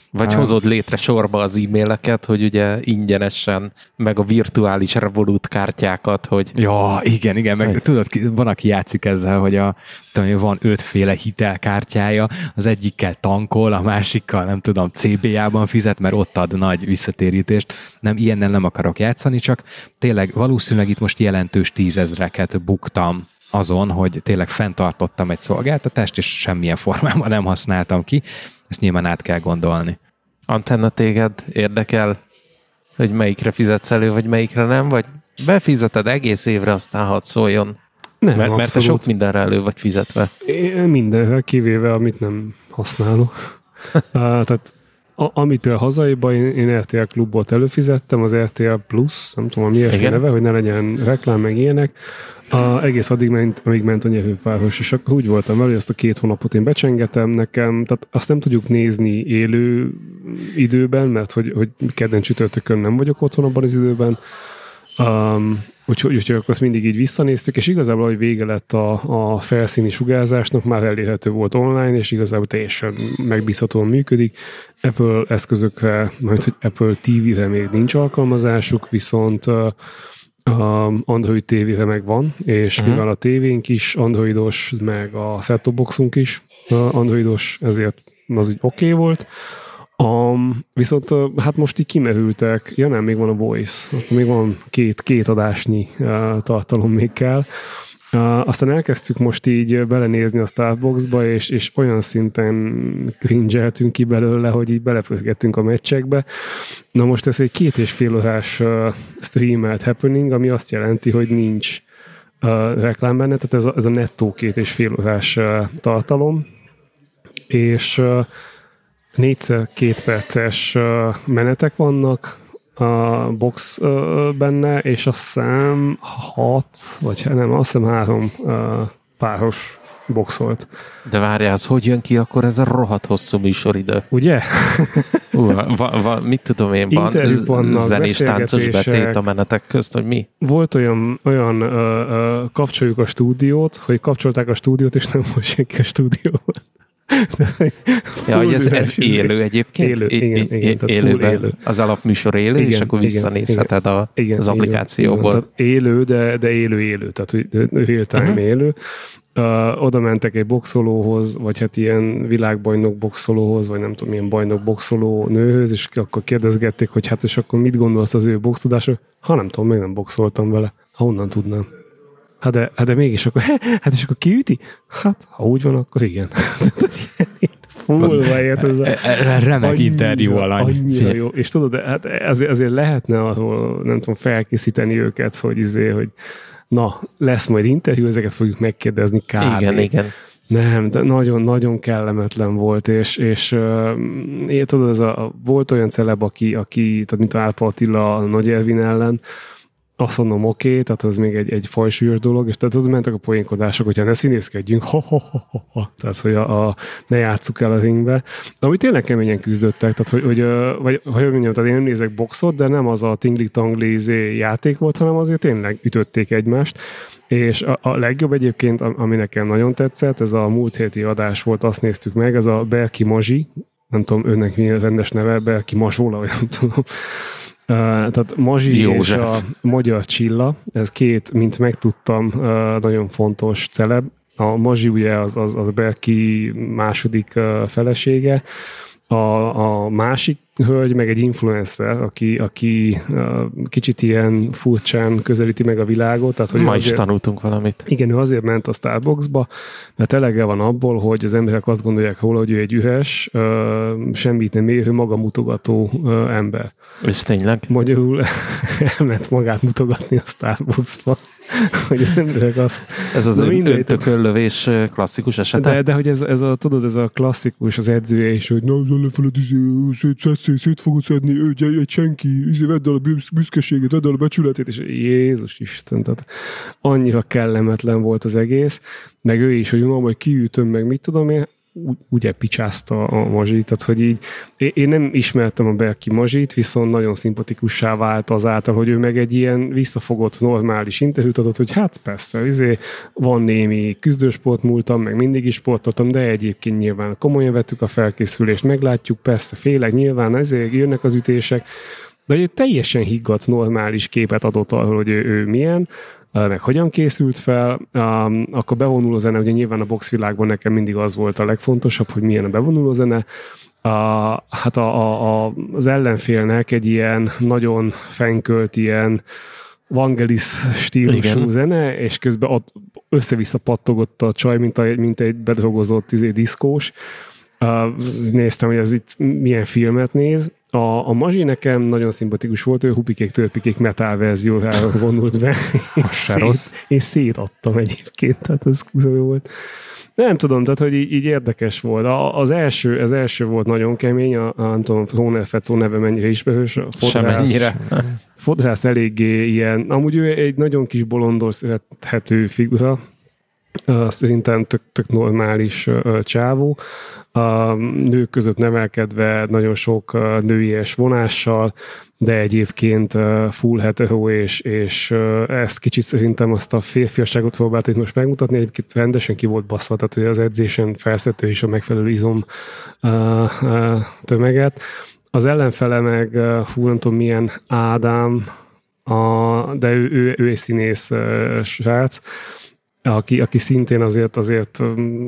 A: Vagy
C: um,
A: hozod létre sorba az e-maileket, hogy ugye ingyenesen, meg a virtuális Revolut kártyákat, hogy...
C: Ja, igen, igen, meg tudod, van, aki játszik ezzel, hogy a, tudom, van ötféle hitelkártyája, az egyikkel tankol, a másikkal, nem tudom, cé bé á-ban fizet, mert ott ad nagy visszatérítést. Nem, ilyennel nem akarok játszani, csak tényleg valószínűleg itt most jelentős tízezreket buktam azon, hogy tényleg fenntartottam egy szolgáltatást, és semmilyen formában nem használtam ki. Ezt nyilván át kell gondolni.
A: Antenna, téged érdekel, hogy melyikre fizetsz elő, vagy melyikre nem, vagy befizeted egész évre, aztán hadd szóljon.
B: Nem,
A: mert, mert te sok mindenre elő vagy fizetve.
B: Én mindenre, kivéve amit nem használok. uh, tehát a, amit például hazaiban én, én er té el Klubot előfizettem, az er té el Plus, nem tudom, mi a neve, hogy ne legyen reklám, meg ilyenek. A, egész addig ment, amíg ment a nyerőpárhoz, és akkor úgy voltam vele, hogy azt a két hónapot én becsengetem nekem, tehát azt nem tudjuk nézni élő időben, mert hogy, hogy kedden csütörtökön nem vagyok otthon abban az időben, um, úgyhogy, úgyhogy akkor azt mindig így visszanéztük, és igazából, hogy vége lett a, a felszíni sugárzásnak, már elérhető volt online, és igazából teljesen megbízhatóan működik. Apple eszközökre, majd hogy Apple té vére még nincs alkalmazásuk, viszont a Android té vére meg van, és uh-huh. mivel a tévénk is androidos, meg a set-top boxunk is androidos, ezért az úgy oké okay volt. Um, viszont hát most így kimerültek, ja nem, még van a Voice, akkor még van két, két adásnyi uh, tartalom még kell. Uh, aztán elkezdtük most így belenézni a Starbucksba, és, és olyan szinten cringe-eltünk ki belőle, hogy így belepörgettünk a meccsekbe. Na most ez egy két és fél órás uh, streamelt happening, ami azt jelenti, hogy nincs uh, reklám benne, tehát ez a, ez a nettó két és fél órás uh, tartalom, és uh, négyszer két perces uh, menetek vannak a box uh, benne, és azt hiszem hat, vagy nem, azt hiszem három uh, páros boxolt.
A: De várjál, az hogy jön ki akkor ez a rohadt hosszú műsoridő?
B: Ugye?
A: uh, va, va, mit tudom én, van zenés táncos betét a menetek közt, hogy mi?
B: Volt olyan, olyan uh, uh, kapcsoljuk a stúdiót, hogy kapcsolták a stúdiót, és nem volt senki a stúdióban.
A: Ja, hogy ez, ez élő egyébként?
B: Élő, igen, igen, tehát
A: élőben,
B: élő.
A: Az alapműsor élő, igen, és akkor visszanézheted igen, a, igen, az applikációból.
B: Igen, élő, de, de élő, élő, tehát real-time uh-huh. élő. Uh, oda mentek egy boxolóhoz, vagy hát ilyen világbajnok boxolóhoz, vagy nem tudom, milyen bajnok boxoló nőhöz, és akkor kérdezgették, hogy hát és akkor mit gondolsz az ő boxtudásról? Ha nem tudom, még nem boxoltam vele. Ha honnan tudnám? Hát de, hát de mégis akkor, hát és akkor kiüti? Hát, ha úgy van, akkor igen. Fullva ért ez a...
C: Remek interjú alany.
B: Annyira jó. És tudod, de hát azért, azért lehetne arról, nem tudom, felkészíteni őket, hogy izé, hogy na, lesz majd interjú, ezeket fogjuk megkérdezni kb.
A: Igen, igen.
B: Nem, de nagyon-nagyon kellemetlen volt, és, és uh, tudod, ez a, volt olyan celeb, aki, aki tehát mint Álpa Attila a Nagy Ervin ellen, azt mondom, oké, okay, tehát az még egy, egy fajsúlyos dolog, és tehát az mentek a poénkodások, hogyha ne színészkedjünk, ha, ha, ha, ha, ha. Tehát, hogy a, a, ne játsszuk el a ringbe. De ami tényleg keményen küzdöttek, tehát, hogy, hogy vagy, hogy mondjam, tehát én nem nézek boxot, de nem az a tingli-tangli játék volt, hanem azért tényleg ütötték egymást. És a, a legjobb egyébként, ami nekem nagyon tetszett, ez a múlt héti adás volt, azt néztük meg, ez a Berki Mazsi, nem tudom, önnek mi a rendes neve, Berki Mazsola, vagy nem tudom. Uh, tehát Mazsi József. És a Magyar Csilla, ez két, mint megtudtam, uh, nagyon fontos celeb. A Mazsi ugye az, az, az Berki második uh, felesége, a, a másik hölgy meg egy influencer, aki, aki uh, kicsit ilyen furcsán közelíti meg a világot. Tehát, hogy
A: Ma is
B: azért,
A: tanultunk valamit.
B: Igen, ő azért ment a Starbucksba, mert elege van abból, hogy az emberek azt gondolják róla, hogy ő egy üres, uh, semmit nem érő, magamutogató uh, ember.
A: És tényleg?
B: Magyarul elment magát mutogatni a Starbucksba, hogy az emberek azt...
A: Ez az öntököllövés klasszikus esete?
B: De, de hogy ez, ez a, tudod, ez a klasszikus, az edzője is, hogy na, lefeled, szét, szét fogod szedni, egy, egy senki, vedd el a büszkeséget, vedd el a becsületét, és Jézus Isten, tehát annyira kellemetlen volt az egész, meg ő is, hogy na, majd kiütöm, meg mit tudom én, úgy picsázta a mazsit, tehát hogy így én nem ismertem a Berki mazsit, viszont nagyon szimpatikussá vált azáltal, hogy ő meg egy ilyen visszafogott, normális interjút adott, hogy hát persze, izé, van némi küzdősport múltam, meg mindig is sportoltam, de egyébként nyilván komolyan vettük a felkészülést, meglátjuk, persze félek, nyilván ezért jönnek az ütések, de egy teljesen higgadt, normális képet adott arról, hogy ő, ő milyen, meg hogyan készült fel, um, akkor bevonuló zene, ugye nyilván a boxvilágban nekem mindig az volt a legfontosabb, hogy milyen a bevonuló zene. Uh, hát a, a, a, az ellenfélnek egy ilyen nagyon fenkölt, ilyen Vangelis stílusú igen. zene, és közben ott össze-vissza pattogott a csaj, mint, a, mint egy bedrogozott izé, diszkós. Uh, néztem, hogy ez itt milyen filmet néz. A, a mazsi nekem nagyon szimpatikus volt, ő hupikék-törpikék metal verzióra vonult be. Szét, én szétadtam egyébként, tehát ez jó volt. Nem tudom, tehát hogy így, így érdekes volt. A, az, első, az első volt nagyon kemény, a, a nem tudom, Róner Fecó neve mennyire ismerős.
A: Semmennyire.
B: Fodrász eléggé ilyen, amúgy ő egy nagyon kis bolondor szerethető figura, Uh, szerintem tök, tök normális uh, csávó. A uh, nők között nevelkedve nagyon sok uh, nőies vonással, de egyébként uh, full hetero, és, és uh, ezt kicsit szerintem azt a férfiasságot próbált itt most megmutatni. Egyébként rendesen ki volt baszva, tehát hogy az edzésen felszedte is a megfelelő izom uh, uh, tömeget. Az ellenfele meg, uh, hú, nem tudom milyen Ádám, uh, de ő, ő, ő egy színész uh, srác, Aki, aki szintén azért, azért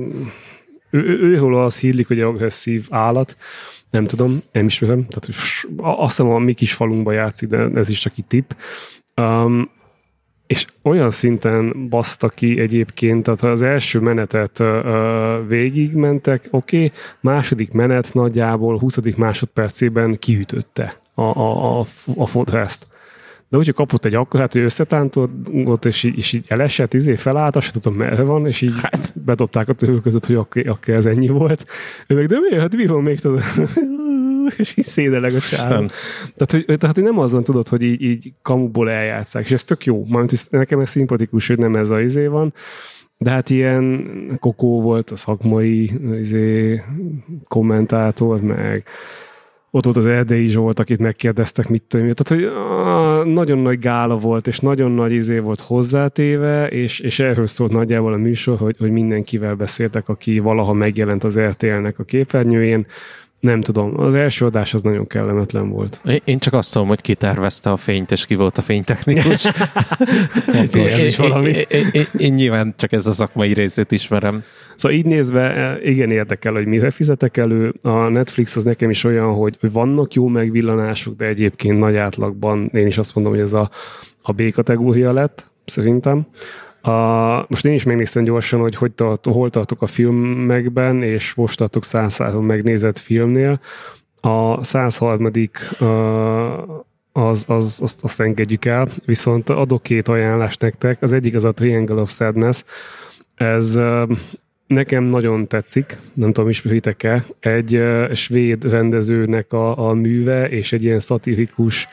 B: ő, ő, őről az hírlik, hogy egy agresszív állat, nem tudom, nem ismerem, tehát azt hiszem a mi kis falunkban játszik, de ez is csak egy tipp. Um, és olyan szinten baszta ki egyébként, tehát az első menetet uh, végigmentek, oké, okay, második menet nagyjából huszadik másodpercében kiütötte a, a, a, a fodrászt. De úgyhogy kapott egy akkor, hát ő összetántott, és így, és így elesett, izé felállt, azt sem tudom, merre van, és így hát. bedobták a törül között, hogy akkor, akkor ez ennyi volt. Ő meg, de miért? Hát bírom még, tudod, és így szédeleg a csávon. Tehát, hogy, tehát, hogy nem azon tudod, hogy így, így kamuból eljátszák, és ez tök jó. Mármint, nekem ez szimpatikus, hogy nem ez a izé van, de hát ilyen Kokó volt a szakmai izé, kommentátor, meg ott volt az Erdélyi Zsolt, akit megkérdeztek, mit tudom. Tehát, hogy ah, nagyon nagy gála volt, és nagyon nagy izé volt hozzátéve, és, és erről szólt nagyjából a műsor, hogy, hogy mindenkivel beszéltek, aki valaha megjelent az er té el-nek a képernyőjén. Nem tudom, az első adás az nagyon kellemetlen volt.
A: Én csak azt mondom, hogy ki tervezte a fényt, és ki volt a fénytechnikus. én, én, én, én, én nyilván csak ez a szakmai részét ismerem.
B: Szóval így nézve, igen érdekel, hogy mire fizetek elő. A Netflix az nekem is olyan, hogy vannak jó megvillanások, de egyébként nagy átlagban én is azt mondom, hogy ez a, a B kategória lett, szerintem. A, most én is megnéztem gyorsan, hogy, hogy tart, hol tartok a filmekben, és most tartok százhárom megnézett filmnél. A százharmadik az, az, azt, azt engedjük el, viszont adok két ajánlást nektek. Az egyik az a Triangle of Sadness. Ez nekem nagyon tetszik, nem tudom, ismeritek-e. Egy svéd rendezőnek a, a műve, és egy ilyen szatirikus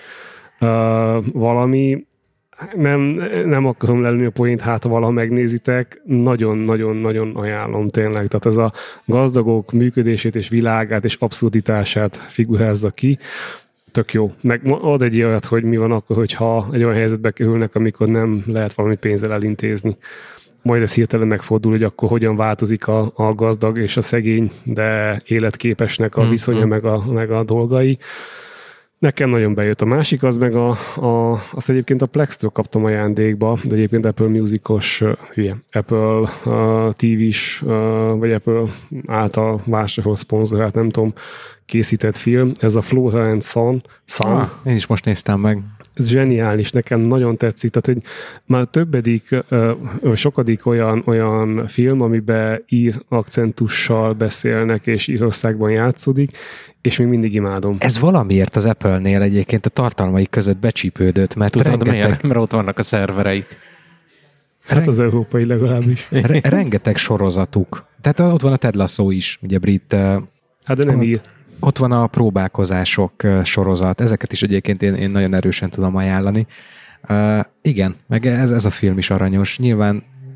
B: valami. Nem, nem akarom lelőni a poént, hát ha valaha megnézitek, nagyon-nagyon-nagyon ajánlom tényleg. Tehát ez a gazdagok működését és világát és abszurditását figurázza ki. Tök jó. Meg ad egy olyat, hogy mi van akkor, hogyha egy olyan helyzetbe kerülnek, amikor nem lehet valami pénzzel elintézni. Majd ez hirtelen megfordul, hogy akkor hogyan változik a, a gazdag és a szegény, de életképesnek a viszonya, mm-hmm. meg, a, meg a dolgai. Nekem nagyon bejött. A másik az meg a, a azt egyébként a Plex-től kaptam ajándékba, de egyébként Apple Music-os, hülye, Apple uh, té vés, uh, vagy Apple által vásárolt szponzorált, nem tudom, készített film. Ez a Flora and Son. Son.
C: Ah, én is most néztem meg.
B: Ez zseniális, nekem nagyon tetszik. Tehát, hogy már többedik, uh, sokadik olyan, olyan film, amiben ír akcentussal beszélnek, és Írországban játszódik, és még mindig imádom.
C: Ez valamiért az Apple-nél egyébként a tartalmaik között becsípődött, mert
A: tudod,
C: rengeteg...
A: miért? Mert ott vannak a szervereik.
B: Hát Reng... az európai legalábbis.
C: Re- rengeteg sorozatuk. Tehát ott van a Ted Lasso is, ugye brit...
B: Hát de nem ír.
C: Ott van a próbálkozások sorozat. Ezeket is egyébként én, én nagyon erősen tudom ajánlani. Uh, igen, meg ez, ez a film is aranyos. Nyilván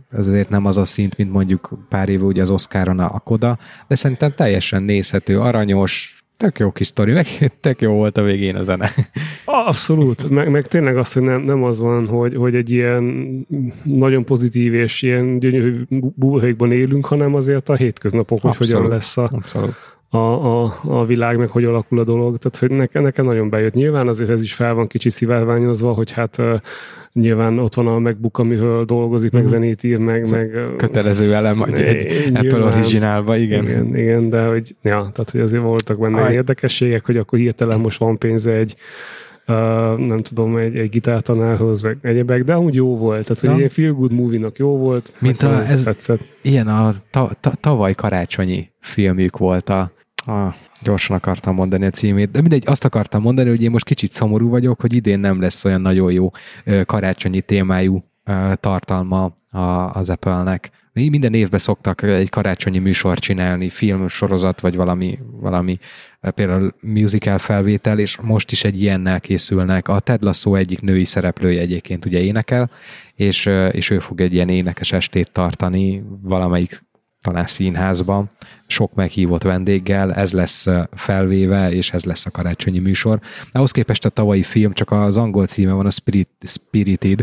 C: ez azért nem az a szint, mint mondjuk pár éve ugye az Oscaron a Coda, de szerintem teljesen nézhető, aranyos, tök jó kis sztori, meg tök jó volt a végén a zene.
B: Abszolút, meg, meg tényleg az, hogy nem, nem az van, hogy, hogy egy ilyen nagyon pozitív és ilyen gyönyörű buborékban élünk, hanem azért a hétköznapok, hogy hogyan lesz a, a, a, a világ, meg hogy alakul a dolog. Tehát, hogy nekem, nekem nagyon bejött. Nyilván azért ez is fel van kicsit szivárványozva, hogy hát uh, nyilván ott van a MacBook, amivel dolgozik, meg zenét ír, meg... meg
C: kötelező elem, vagy egy Apple originálba, igen.
B: igen. Igen, de hogy, ja, tehát, hogy azért voltak benne Aj. érdekességek, hogy akkor hirtelen most van pénze egy Uh, nem tudom, egy, egy gitártanárhoz, meg egyebek, de úgy jó volt. Tehát, hogy egy feel good movie-nak jó volt.
C: Mint a, ez, tetszett. Ilyen a ta, ta, tavaly karácsonyi filmjük volt a, a gyorsan akartam mondani a címét, de mindegy, azt akartam mondani, hogy én most kicsit szomorú vagyok, hogy idén nem lesz olyan nagyon jó karácsonyi témájú tartalma az Apple-nek. Minden évben szoktak egy karácsonyi műsort csinálni, filmsorozat, vagy valami, valami például musical felvétel, és most is egy ilyennel készülnek. A Ted Lasso egyik női szereplője egyébként ugye énekel, és, és ő fog egy ilyen énekes estét tartani valamelyik talán színházban, sok meghívott vendéggel, ez lesz felvéve, és ez lesz a karácsonyi műsor. Ahhoz képest a tavalyi film, csak az angol címe van, a Spirit, Spirited,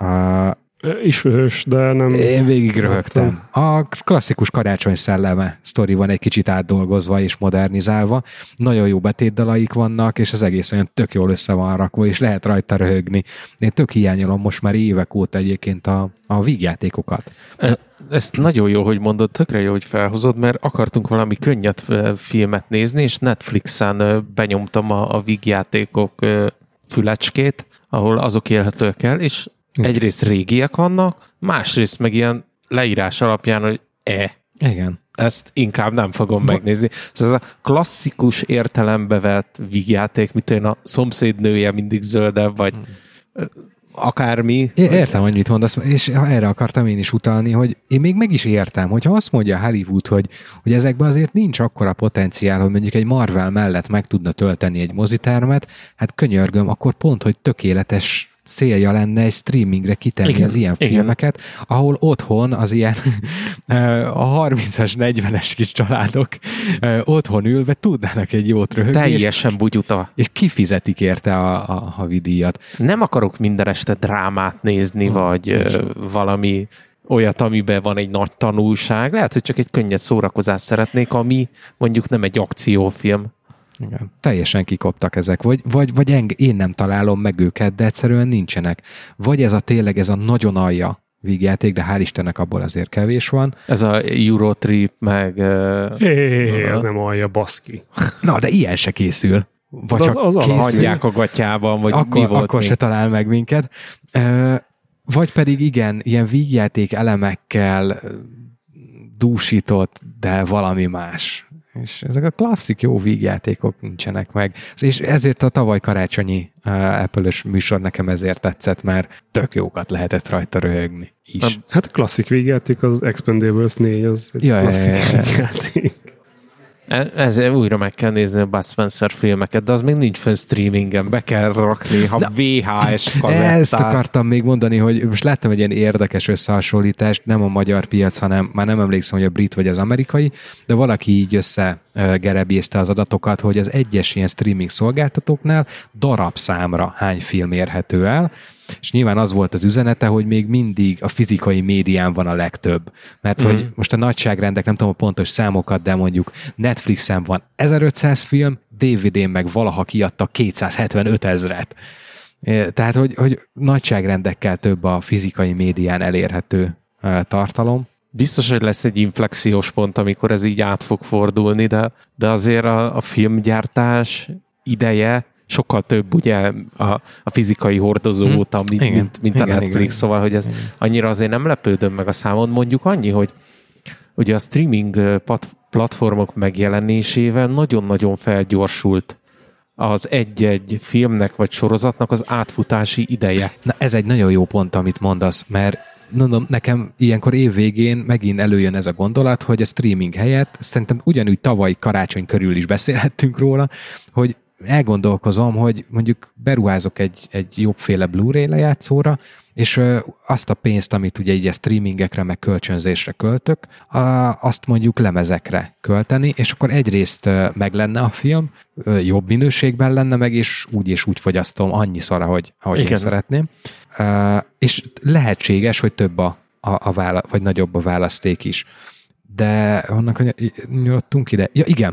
C: a
B: ismerős, de nem...
C: Én végig röhögtem. A klasszikus karácsony szelleme sztori van egy kicsit átdolgozva és modernizálva. Nagyon jó betétdalaik vannak, és az egész olyan tök jól össze van rakva, és lehet rajta röhögni. Én tök hiányolom most már évek óta egyébként a, a vígjátékokat.
A: Ezt nagyon jó, hogy mondod, tökre jó, hogy felhozod, mert akartunk valami könnyed filmet nézni, és Netflixen benyomtam a, a vígjátékok fülecskét, ahol azok élhetőek el, és egyrészt régiek vannak, másrészt meg ilyen leírás alapján, hogy e.
C: Igen.
A: Ezt inkább nem fogom Va- megnézni. Ez a klasszikus értelembe vett vígjáték, mint én a szomszédnője mindig zöldebb, vagy hmm. akármi.
C: É, értem, hogy mit mondasz, és erre akartam én is utalni, hogy én még meg is értem, hogyha azt mondja Hollywood, hogy, hogy ezekben azért nincs akkora potenciál, hogy mondjuk egy Marvel mellett meg tudna tölteni egy mozitermet, hát könyörgöm, akkor pont, hogy tökéletes célja lenne egy streamingre kitenni igen, az ilyen igen. filmeket, ahol otthon az ilyen a harmincas, negyvenes kis családok otthon ülve tudnának egy jót röhögni.
A: Teljesen bugyuta.
C: És kifizetik érte a, a havidíjat.
A: Nem akarok minden este drámát nézni, hmm. vagy uh, valami olyat, amiben van egy nagy tanulság. Lehet, hogy csak egy könnyed szórakozást szeretnék, ami mondjuk nem egy akciófilm.
C: Igen. Teljesen kikoptak ezek, vagy, vagy, vagy eng- én nem találom meg őket, de egyszerűen nincsenek. Vagy ez a tényleg ez a nagyon alja vígjáték, de hál' Istennek abból azért kevés van.
A: Ez a Eurotrip, meg... Uh,
B: Hé, ez nem alja, baszki.
C: Na, de ilyen se készül. Vagy
B: az, az
C: készül,
A: hagyják a gatyában, vagy
C: akkor,
A: mi volt
C: Akkor
A: mi?
C: se talál meg minket. Uh, vagy pedig igen, ilyen vígjáték elemekkel dúsított, de valami más. És ezek a klasszik jó vígjátékok nincsenek meg. És ezért a tavaly karácsonyi uh, Apple-ös műsor nekem ezért tetszett, mert tök jókat lehetett rajta röhögni is.
B: Hát a klasszik vígjáték az Expendables négy, az egy
C: ja,
B: klasszik
C: ja, ja.
B: vígjáték.
A: Ezért újra meg kell nézni a Bud Spencer filmeket, de az még nincs fönn streamingen, be kell rakni, ha Na, vé há es kazettát.
C: Ezt akartam még mondani, hogy most láttam egy ilyen érdekes összehasonlítást, nem a magyar piac, hanem már nem emlékszem, hogy a brit vagy az amerikai, de valaki így összegerebézte az adatokat, hogy az egyes ilyen streaming szolgáltatóknál darabszámra hány film érhető el, és nyilván az volt az üzenete, hogy még mindig a fizikai médián van a legtöbb. Mert mm. hogy most a nagyságrendek, nem tudom a pontos számokat, de mondjuk Netflixen van ezerötszáz film, dé vé dén meg valaha kiadtak kétszázhetvenöt ezret. Tehát, hogy, hogy nagyságrendekkel több a fizikai médián elérhető tartalom.
A: Biztos, hogy lesz egy inflexiós pont, amikor ez így át fog fordulni, de, de azért a, a filmgyártás ideje sokkal több ugye a, a fizikai hordozó hmm. óta, mint, igen, mint, mint igen, a Netflix, igen, szóval, hogy ez igen. annyira azért nem lepődöm meg a számon. Mondjuk annyi, hogy ugye a streaming platformok megjelenésével nagyon-nagyon felgyorsult az egy-egy filmnek vagy sorozatnak az átfutási ideje.
C: Na ez egy nagyon jó pont, amit mondasz, mert mondom, nekem ilyenkor évvégén megint előjön ez a gondolat, hogy a streaming helyett, szerintem ugyanúgy tavaly karácsony körül is beszélhettünk róla, hogy elgondolkozom, hogy mondjuk beruházok egy, egy jobbféle Blu-ray lejátszóra, és azt a pénzt, amit ugye így a streamingekre, meg kölcsönzésre költök, azt mondjuk lemezekre költeni, és akkor egyrészt meg lenne a film, jobb minőségben lenne meg, és úgy és úgy fogyasztom annyiszor, ahogy, ahogy én szeretném. És lehetséges, hogy több a, a, a vála, vagy nagyobb a választék is. De honnan nyugodtunk ide? Ja, igen.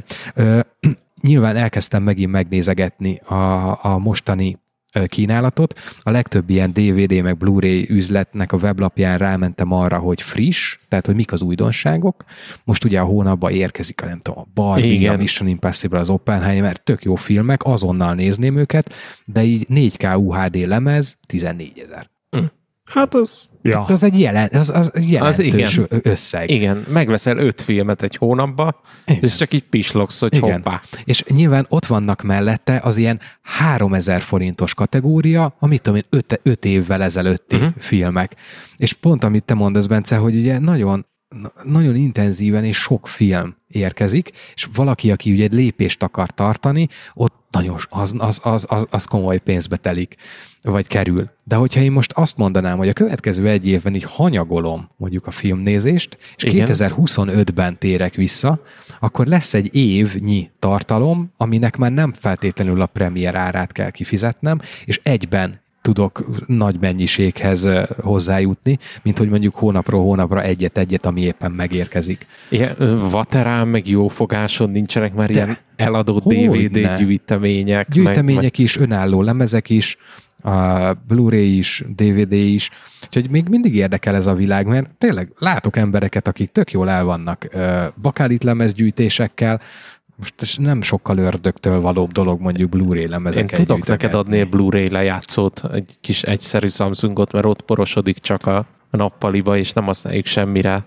C: Nyilván elkezdtem megint megnézegetni a, a mostani kínálatot. A legtöbb ilyen dé vé dé meg Blu-ray üzletnek a weblapján rámentem arra, hogy friss, tehát hogy mik az újdonságok. Most ugye a hónapban érkezik a nem tudom, a Barbie, igen. A Mission Impossible, az Oppenheimer, tök jó filmek, azonnal nézném őket, de így négy ká u há dé lemez tizennégy-ezer.
A: Hm.
B: Hát az... Ja.
C: Az egy jelen, az, az jelentős az összeg.
A: Igen, megveszel öt filmet egy hónapba, igen. És csak így pislogsz, hogy igen. Hoppá.
C: És nyilván ott vannak mellette az ilyen háromezer forintos kategória, amit tudom én, öt, öt évvel ezelőtti uh-huh. filmek. És pont amit te mondasz, Bence, hogy ugye nagyon, nagyon intenzíven és sok film érkezik, és valaki, aki ugye egy lépést akar tartani, ott nagyon, az, az, az, az, az komoly pénzbe telik, vagy kerül. De hogyha én most azt mondanám, hogy a következő egy évben így hanyagolom mondjuk a filmnézést, és igen. kétezer-huszonötben térek vissza, akkor lesz egy évnyi tartalom, aminek már nem feltétlenül a premier árát kell kifizetnem, és egyben tudok nagy mennyiséghez hozzájutni, mint hogy mondjuk hónapról hónapra egyet-egyet, ami éppen megérkezik.
A: Igen, vaterán, meg jófogáson nincsenek már de ilyen eladott dé vé dé ne. gyűjtemények.
C: Gyűjtemények meg, is, önálló lemezek is, a Blu-ray is, dé vé dé is. Úgyhogy még mindig érdekel ez a világ, mert tényleg látok embereket, akik tök jól el vannak bakálit lemezgyűjtésekkel, most nem sokkal ördögtől valóbb dolog mondjuk Blu-ray lemezeket.
A: Én tudok neked adni egy Blu-ray lejátszót, egy kis egyszerű Samsungot, mert ott porosodik csak a nappaliba, és nem használjuk semmire.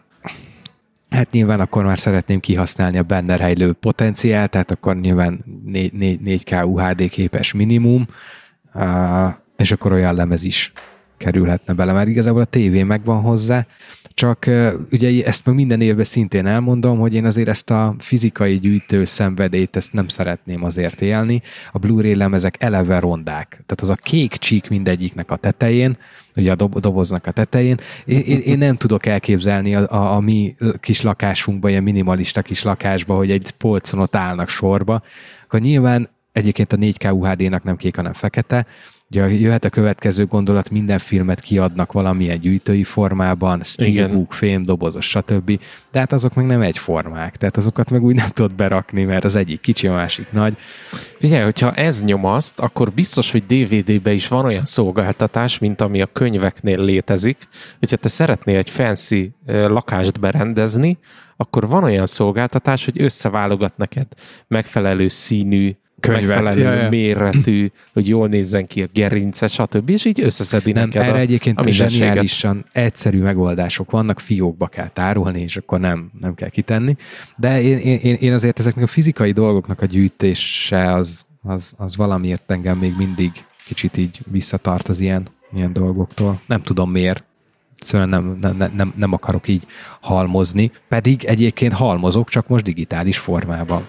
C: Hát nyilván akkor már szeretném kihasználni a benne rejlő potenciált, tehát akkor nyilván négy ká u há dé képes minimum, és akkor olyan lemez is kerülhetne bele, mert igazából a tévé megvan hozzá, csak ugye ezt meg minden évben szintén elmondom, hogy én azért ezt a fizikai gyűjtő szenvedélyt, ezt nem szeretném azért élni. A Blu-ray lemezek eleve rondák. Tehát az a kék csík mindegyiknek a tetején, ugye a doboznak a tetején. Én, én, én nem tudok elképzelni a, a, a mi kis lakásunkban, ilyen minimalista kis lakásban, hogy egy polcon ott állnak sorba. Akkor nyilván egyébként a négy ká u há dé-nak nem kék, hanem fekete. Ugye jöhet a következő gondolat, minden filmet kiadnak valamilyen gyűjtői formában, steelbook, fémdobozos, stb. De hát azok meg nem egyformák, tehát azokat meg úgy nem tudod berakni, mert az egyik kicsi, a másik nagy.
A: Figyelj, hogyha ez nyomaszt, akkor biztos, hogy dé vé dé-ben is van olyan szolgáltatás, mint ami a könyveknél létezik. Hogyha te szeretnél egy fancy lakást berendezni, akkor van olyan szolgáltatás, hogy összeválogat neked megfelelő színű, könyvet, megfelelő ja, ja. méretű, hogy jól nézzen ki a gerince, stb. És így összeszedi
C: nem,
A: neked
C: erre
A: a,
C: egyébként a zseniálisan egyszerű megoldások vannak, fiókba kell tárolni, és akkor nem, nem kell kitenni. De én, én, én azért ezeknek a fizikai dolgoknak a gyűjtése az, az, az valamiért engem még mindig kicsit így visszatart az ilyen, ilyen dolgoktól. Nem tudom miért. Szóval nem, nem, nem, nem akarok így halmozni, pedig egyébként halmozok, csak most digitális formában.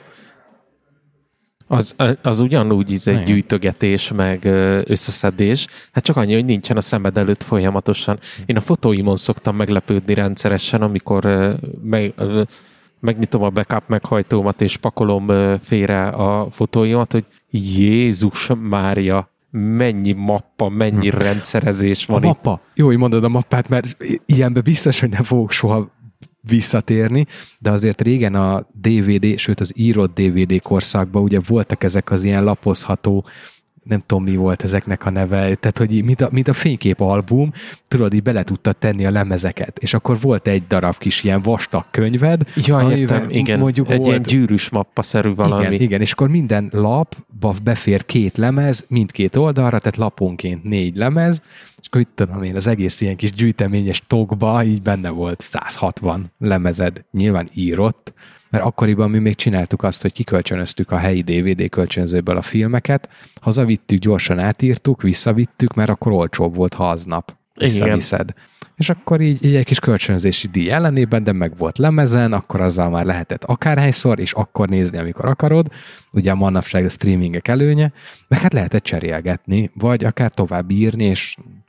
A: Az, az ugyanúgy ez egy gyűjtögetés, meg összeszedés. Hát csak annyi, hogy nincsen a szemed előtt folyamatosan. Én a fotóimon szoktam meglepődni rendszeresen, amikor meg, megnyitom a backup meghajtómat, és pakolom félre a fotóimat, hogy Jézus Mária, mennyi mappa, mennyi hm. rendszerezés van
C: a itt. Mappa. Jó, hogy mondod a mappát, mert ilyenben biztos, hogy nem fogok soha visszatérni, de azért régen a dé vé dé, sőt az írott dé vé dé korszakban ugye voltak ezek az ilyen lapozható, nem tudom mi volt ezeknek a neve, tehát hogy mint a, mint a fényképalbum, tudod, így bele tudtad tenni a lemezeket, és akkor volt egy darab kis ilyen vastag könyved.
A: Ja, értem, igen, mondjuk egy volt, ilyen gyűrűs mappaszerű valami.
C: Igen, igen, és akkor minden lapba befér két lemez, mindkét oldalra, tehát laponként négy lemez, és akkor itt tudom én, az egész ilyen kis gyűjteményes tokba így benne volt száz hatvan lemezed, nyilván írott, mert akkoriban mi még csináltuk azt, hogy kikölcsönöztük a helyi dé vé dé kölcsönzőből a filmeket, hazavittük, gyorsan átírtuk, visszavittük, mert akkor olcsóbb volt, ha aznap visszaviszed. És akkor így, így egy kis kölcsönzési díj ellenében, de meg volt lemezen, akkor azzal már lehetett akárhányszor, és akkor nézni, amikor akarod. Ugye a manapság a streamingek előnye, meg hát lehetett cserélgetni, vagy akár tovább írni, és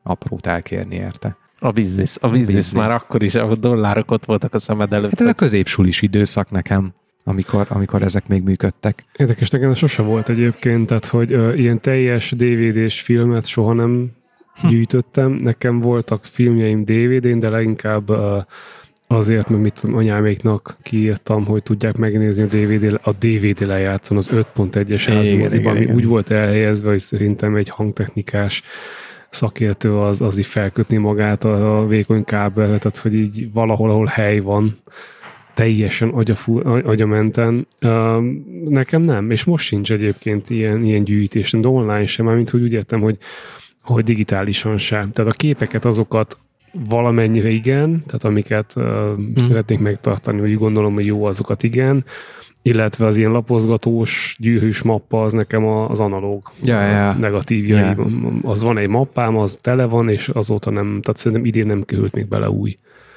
C: aprót elkérni érte.
A: A biznisz. A biznisz, biznisz már akkor is, a dollárok ott voltak a szemed előtt.
C: Hát ez a középsulis időszak nekem, amikor, amikor ezek még működtek.
B: Érdekes, nekem sose volt egyébként, tehát hogy uh, ilyen teljes dé vé dés filmet soha nem gyűjtöttem. Nekem voltak filmjeim dé vé dén, de leginkább uh, azért, mert mit tudom, anyáméknak kiírtam, hogy tudják megnézni a dé vé dé, a dé vé dé lejátszón az öt pont egyes házmoziban, ami úgy volt elhelyezve, hogy szerintem egy hangtechnikás szakértő az, az így felkötni magát a, a vékony kábelre, tehát hogy így valahol, ahol hely van, teljesen agyafú, agyamenten. Uh, nekem nem, és most sincs egyébként ilyen, ilyen gyűjtés, de online sem, mármint hogy úgy értem, hogy, hogy digitálisan sem. Tehát a képeket, azokat valamennyire igen, tehát amiket uh, mm. szeretnék megtartani, vagy gondolom, hogy jó, azokat igen, illetve az ilyen lapozgatós, gyűrűs mappa az nekem az analóg
C: ja, ja.
B: negatívjai.
C: Ja.
B: Az van egy mappám, az tele van, és azóta nem, tehát szerintem idén nem került még bele új.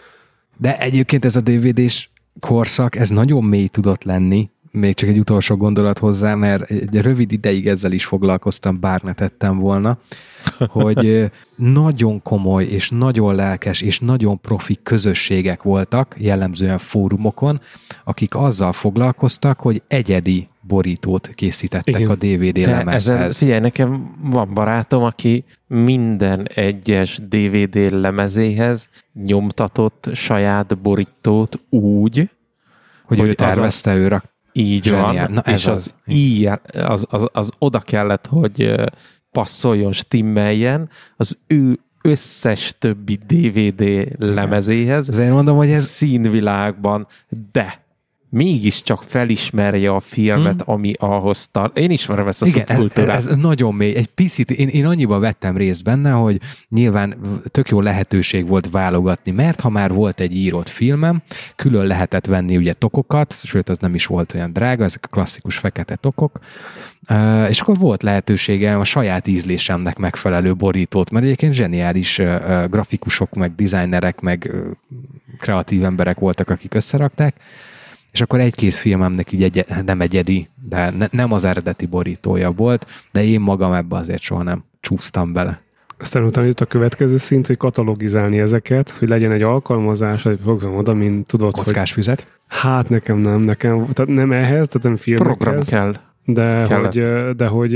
C: De egyébként ez a dé vé dés korszak, ez nagyon mély tudott lenni, még csak egy utolsó gondolat hozzá, mert egy rövid ideig ezzel is foglalkoztam, bár ne tettem volna, hogy nagyon komoly és nagyon lelkes és nagyon profi közösségek voltak, jellemzően fórumokon, akik azzal foglalkoztak, hogy egyedi borítót készítettek Igen. a dé vé dé lemezhez.
A: Figyelj, nekem van barátom, aki minden egyes dé vé dé lemezéhez nyomtatott saját borítót úgy,
C: hogy, hogy ő tervezte, ő rak.
A: Így Zseniál. van, Na, és az, az, ilyen, az, az, az oda kellett, hogy passzoljon, stimmeljen az ő összes többi dé vé dé lemezéhez.
C: Ezért mondom, hogy ez
A: színvilágban, de mégiscsak felismerje a filmet, hmm. ami ahhoz tart. Én ismerem ezt a
C: Igen,
A: szubkultúrát.
C: Ez, ez nagyon mély. Egy picit, én, én annyiban vettem részt benne, hogy nyilván tök jó lehetőség volt válogatni, mert ha már volt egy írott filmem, külön lehetett venni ugye tokokat, sőt, az nem is volt olyan drága, ezek a klasszikus fekete tokok, uh, és akkor volt lehetőségem a saját ízlésemnek megfelelő borítót, mert egyébként zseniális uh, grafikusok, meg designerek, meg uh, kreatív emberek voltak, akik összerakták, és akkor egy-két filmemnek így egy, nem egyedi, de ne, nem az eredeti borítója volt, de én magam ebbe azért soha nem csúsztam bele.
B: Aztán utána jött a következő szint, hogy katalogizálni ezeket, hogy legyen egy alkalmazás, hogy fogom oda, mint tudod,
C: Kockás hogy... füzet?
B: Hát nekem nem, nekem, tehát nem ehhez, tehát nem filmekhez.
A: Program kell.
B: De hogy, de hogy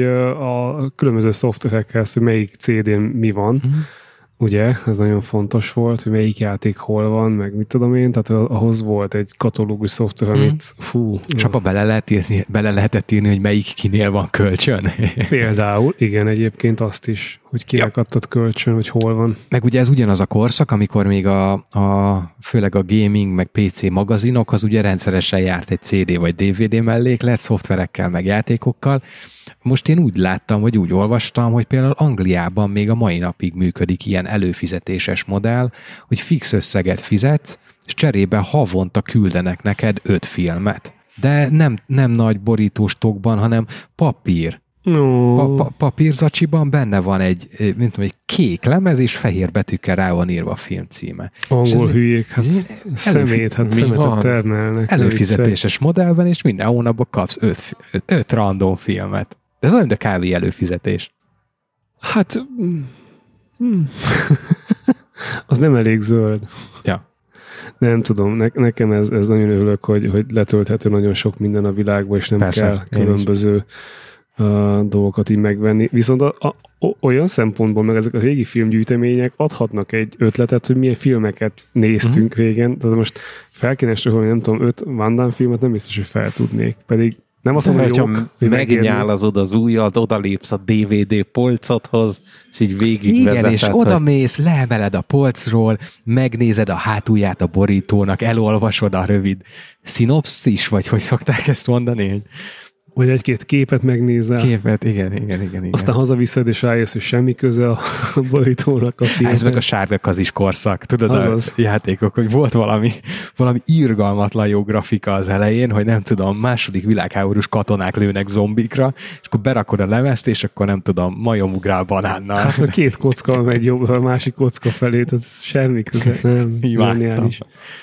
B: a különböző szoftverekhez, hogy melyik cé dén mi van, mm-hmm. ugye, ez nagyon fontos volt, hogy melyik játék hol van, meg mit tudom én, tehát ahhoz volt egy katalógus szoftver, amit mm. fú.
C: És abba bele, lehet írni, bele lehetett írni, hogy melyik kinél van kölcsön.
B: Például, igen, egyébként azt is, hogy kinek adtad kölcsön, hogy hol van.
C: Meg ugye ez ugyanaz a korszak, amikor még a, a főleg a gaming, meg pé cé magazinok, az ugye rendszeresen járt egy cé dé vagy dé vé dé melléklet, szoftverekkel, meg játékokkal. Most én úgy láttam, vagy úgy olvastam, hogy például Angliában még a mai napig működik ilyen előfizetéses modell, hogy fix összeget fizetsz, és cserébe havonta küldenek neked öt filmet. De nem, nem nagy borítós-tokban, hanem papír.
B: No.
C: Pa, pa, papírzacsiban benne van egy, mint tudom, egy kék lemez, és fehér betűkkel rá van írva a film címe.
B: Angol hülyék, hát szemét, hát szemetet termelnek.
C: Előfizetéses modellben, és minden hónapban kapsz öt, öt, öt random filmet. De ez olyan, de kávé előfizetés.
B: Hát hmm. az nem elég zöld.
C: Ja.
B: Nem tudom, ne, nekem ez, ez nagyon örülök, hogy, hogy letölthető nagyon sok minden a világban, és nem Persze, kell különböző uh, dolgokat így megvenni. Viszont a, a, olyan szempontból, meg ezek a régi filmgyűjtemények adhatnak egy ötletet, hogy milyen filmeket néztünk uh-huh. régen. Tehát most fel kéne sorolni, nem tudom, öt Van Damme filmet nem biztos, hogy fel tudnék. Pedig nem azt mondom, hogy jók,
A: megnyálazod az ujjad, odalépsz a dé vé dé polcodhoz, és így végigvezeted.
C: Igen, és odamész, leemeled a polcról, megnézed a hátulját a borítónak, elolvasod a rövid szinopszis, vagy hogy szokták ezt mondani? Hogy
B: Vagy egy-két képet megnézel.
C: Képet, igen, igen, igen. igen.
B: Aztán hazaviszed, és rájössz, hogy semmi köze a borítónak a filmhez.
C: Ez meg a sárgakazis korszak, tudod,
B: Azaz.
C: a játékok, hogy volt valami, valami irgalmatlan jó grafika az elején, hogy nem tudom, második világháborús katonák lőnek zombikra, és akkor berakod a lemezt, és akkor nem tudom, majom ugrál banánnal.
B: Hát a két kocka megy jobb, a másik kocka felé, tehát semmi köze. Nem,
C: Imádtam.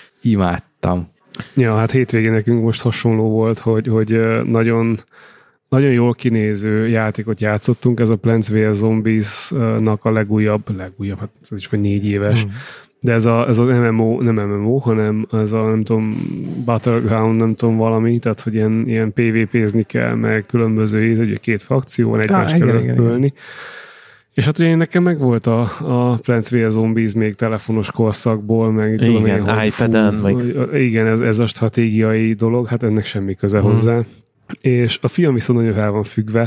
C: Imádtam.
B: Ja, hát hétvégén nekünk most hasonló volt, hogy, hogy nagyon nagyon jól kinéző játékot játszottunk, ez a Plants versus. Zombies-nak a legújabb, legújabb, hát ez is vagy négy éves, mm. de ez, a, ez az em em o, nem em em o, hanem ez a, nem tudom, Battleground, nem tudom valami, tehát, hogy ilyen, ilyen pé vé pézni kell, meg különböző íz, ugye két frakció van, egymást kell ölni. És hát ugye nekem meg volt a, a Plants versus. Zombies még telefonos korszakból, meg
A: igen, tudom én, iPad-en, meg...
B: Igen, ez, ez a stratégiai dolog, hát ennek semmi köze hmm. hozzá. És a fiam viszont nagyon fel van függve,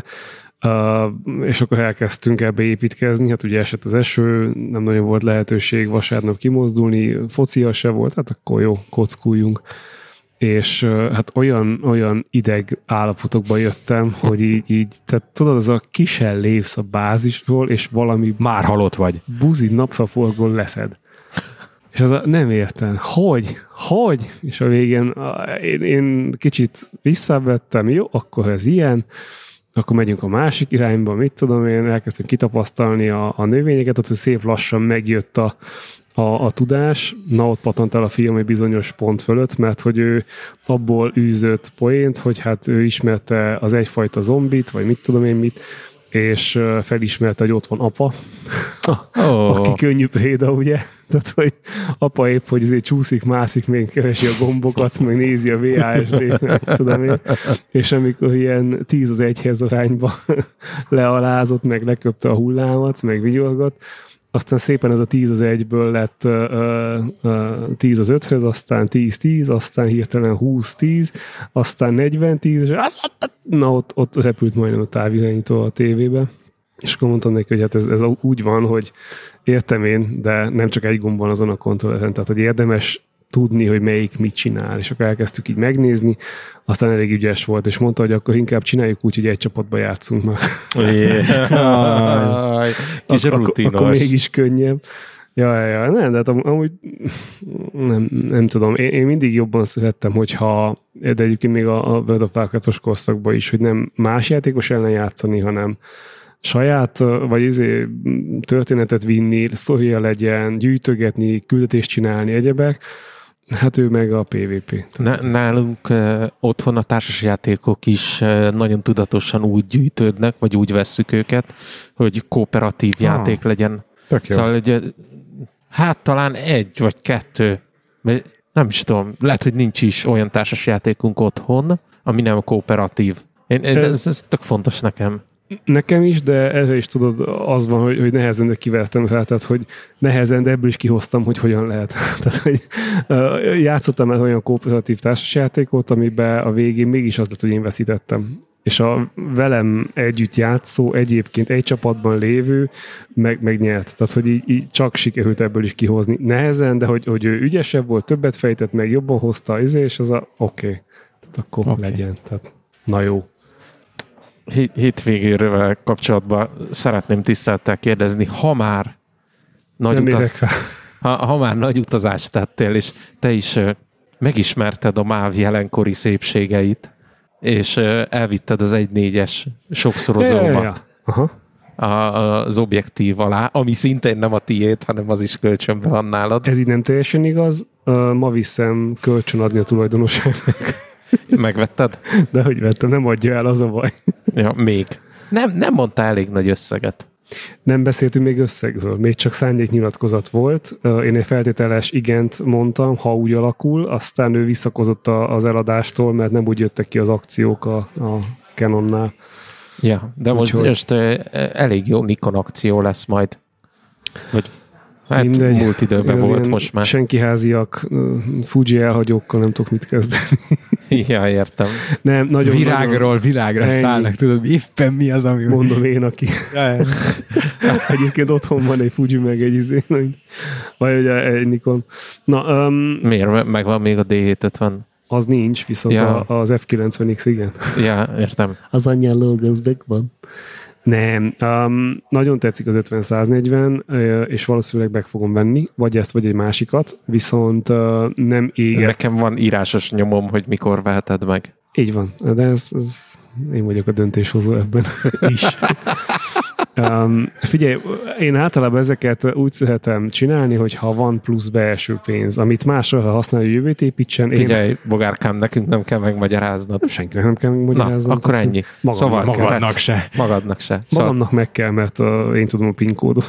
B: uh, és akkor elkezdtünk ebbe építkezni, hát ugye esett az eső, nem nagyon volt lehetőség vasárnap kimozdulni, focia se volt, hát akkor jó, kockuljunk. És uh, hát olyan, olyan ideg állapotokba jöttem, hogy így, így tehát tudod, az a kisen lépsz a bázisról, és valami
C: már halott vagy.
B: Buzi napszaforból leszed. És az a, nem értem, hogy, hogy? És a végén én, én kicsit visszavettem, jó, akkor ez ilyen, akkor megyünk a másik irányba, mit tudom én, elkezdtem kitapasztalni a, a növényeket, ott szép lassan megjött a, a, a tudás, na ott patant el a film egy bizonyos pont fölött, mert hogy ő abból űzött poént, hogy hát ő ismerte az egyfajta zombit, vagy mit tudom én mit, és felismerte, hogy ott van apa, oh. aki könnyű préda, ugye? Tehát, hogy apa épp, hogy azért csúszik, mászik, még keresi a gombokat, meg nézi a vé há es dét, meg tudom én. És amikor ilyen tíz az egyhez arányba lealázott, meg leköpte a hullámat, meg vigyorgott, aztán szépen ez a tíz az egyből lett uh, uh, tíz az öthöz, aztán tíz tíz, aztán hirtelen húsz tíz, aztán negyven tíz, és na ott, ott repült majdnem a távirányító a tévébe. És akkor mondtam neki, hogy hát ez, ez úgy van, hogy értem én, de nem csak egy gomb van azon a kontrolleren, tehát hogy érdemes tudni, hogy melyik mit csinál, és akkor elkezdtük így megnézni, aztán elég ügyes volt, és mondta, hogy akkor inkább csináljuk úgy, hogy egy csapatba játszunk már.
A: Yeah. Kis
B: Ak-
A: rutinos.
B: Akkor mégis könnyebb. Ja, ja, nem, de hát am- amúgy nem, nem tudom. Én, én mindig jobban szerettem, hogyha, de egyébként még a, a World of Warcraft-os korszakban is, hogy nem más játékos ellen játszani, hanem saját, vagy izé történetet vinni, sztoria legyen, gyűjtögetni, küldetést csinálni, egyebek. Hát ő meg a pé vé pé.
A: Na, nálunk uh, otthon a társasjátékok is uh, nagyon tudatosan úgy gyűjtődnek, vagy úgy vesszük őket, hogy kooperatív ah, játék legyen. Szóval, hogy, hát talán egy vagy kettő, nem is tudom, lehet, hogy nincs is olyan társasjátékunk otthon, ami nem kooperatív. Én, ez, ez, ez tök fontos nekem.
B: Nekem is, de erre is tudod, az van, hogy, hogy nehezen, de kivertem fel, tehát hogy nehezen, de ebből is kihoztam, hogy hogyan lehet. Tehát, hogy uh, játszottam el olyan kooperatív társasjátékot, amiben a végén mégis az lett, hogy én veszítettem. És a velem együtt játszó, egyébként egy csapatban lévő, meg, megnyert. Tehát, hogy így, így csak sikerült ebből is kihozni. Nehezen, de hogy, hogy ő ügyesebb volt, többet fejtett meg, jobban hozta, és az a oké. Okay. Tehát akkor okay. legyen. Tehát, na jó.
A: Hétvégéről kapcsolatban szeretném tisztelettel kérdezni, ha már nagy, utaz... ha, ha már nagy utazást tettél, és te is uh, megismerted a MÁV jelenkori szépségeit, és uh, elvitted az egy négyes sokszorozómat ja, ja, ja. A, az objektív alá, ami szintén nem a tiéd, hanem az is kölcsönben van nálad.
B: Ez így nem teljesen igaz. Uh, ma viszem kölcsön adni a tulajdonosságnak.
A: Megvetted?
B: De hogy vettem, nem adja el, az a baj.
A: Ja, még. Nem, nem mondta elég nagy összeget.
B: Nem beszéltünk még összegről, még csak szándéknyilatkozat volt. Én egy feltételes igent mondtam, ha úgy alakul, aztán ő visszakozott az eladástól, mert nem úgy jöttek ki az akciók a, a Canonnál.
A: Ja, de most, Úgyhogy... most elég jó Nikon akció lesz majd. Vagy hát mindegy, múlt időben volt most már.
B: Senkiháziak, Fuji elhagyókkal nem tudok mit kezdeni.
A: Ja, értem.
B: Nem, nagyon,
C: Virágról
B: nagyon...
C: virágra ennyi. Szállnak, tudod, éppen mi az, ami...
B: Mondom én, aki... Egyébként otthon van egy Fuji, meg egy izé, vagy egy Nikon. Na, um,
A: miért? Megvan még a dé hétszázötven? Az
B: nincs, viszont ja. az ef kilencven iksz igen.
A: Ja, értem.
B: Az anyján lóg, az megvan. Nem, um, nagyon tetszik az ötven száznegyven, és valószínűleg meg fogom venni, vagy ezt, vagy egy másikat, viszont uh, nem éget.
A: Nekem van írásos nyomom, hogy mikor veheted meg.
B: Így van, de ez, ez én vagyok a döntéshozó ebben is. Um, figyelj, én általában ezeket úgy szeretem csinálni, hogy ha van plusz belső pénz, amit másra használja, jövőt építsen.
A: Figyelj,
B: én...
A: bogárkám, nekünk nem kell megmagyaráznod.
B: Senkinek nem kell megmagyaráznod.
A: Na, akkor ennyi.
B: Magamnak,
A: szóval
C: magadnak se.
A: Magadnak se.
B: Magamnak szóval... meg kell, mert uh, én tudom a PIN kódot.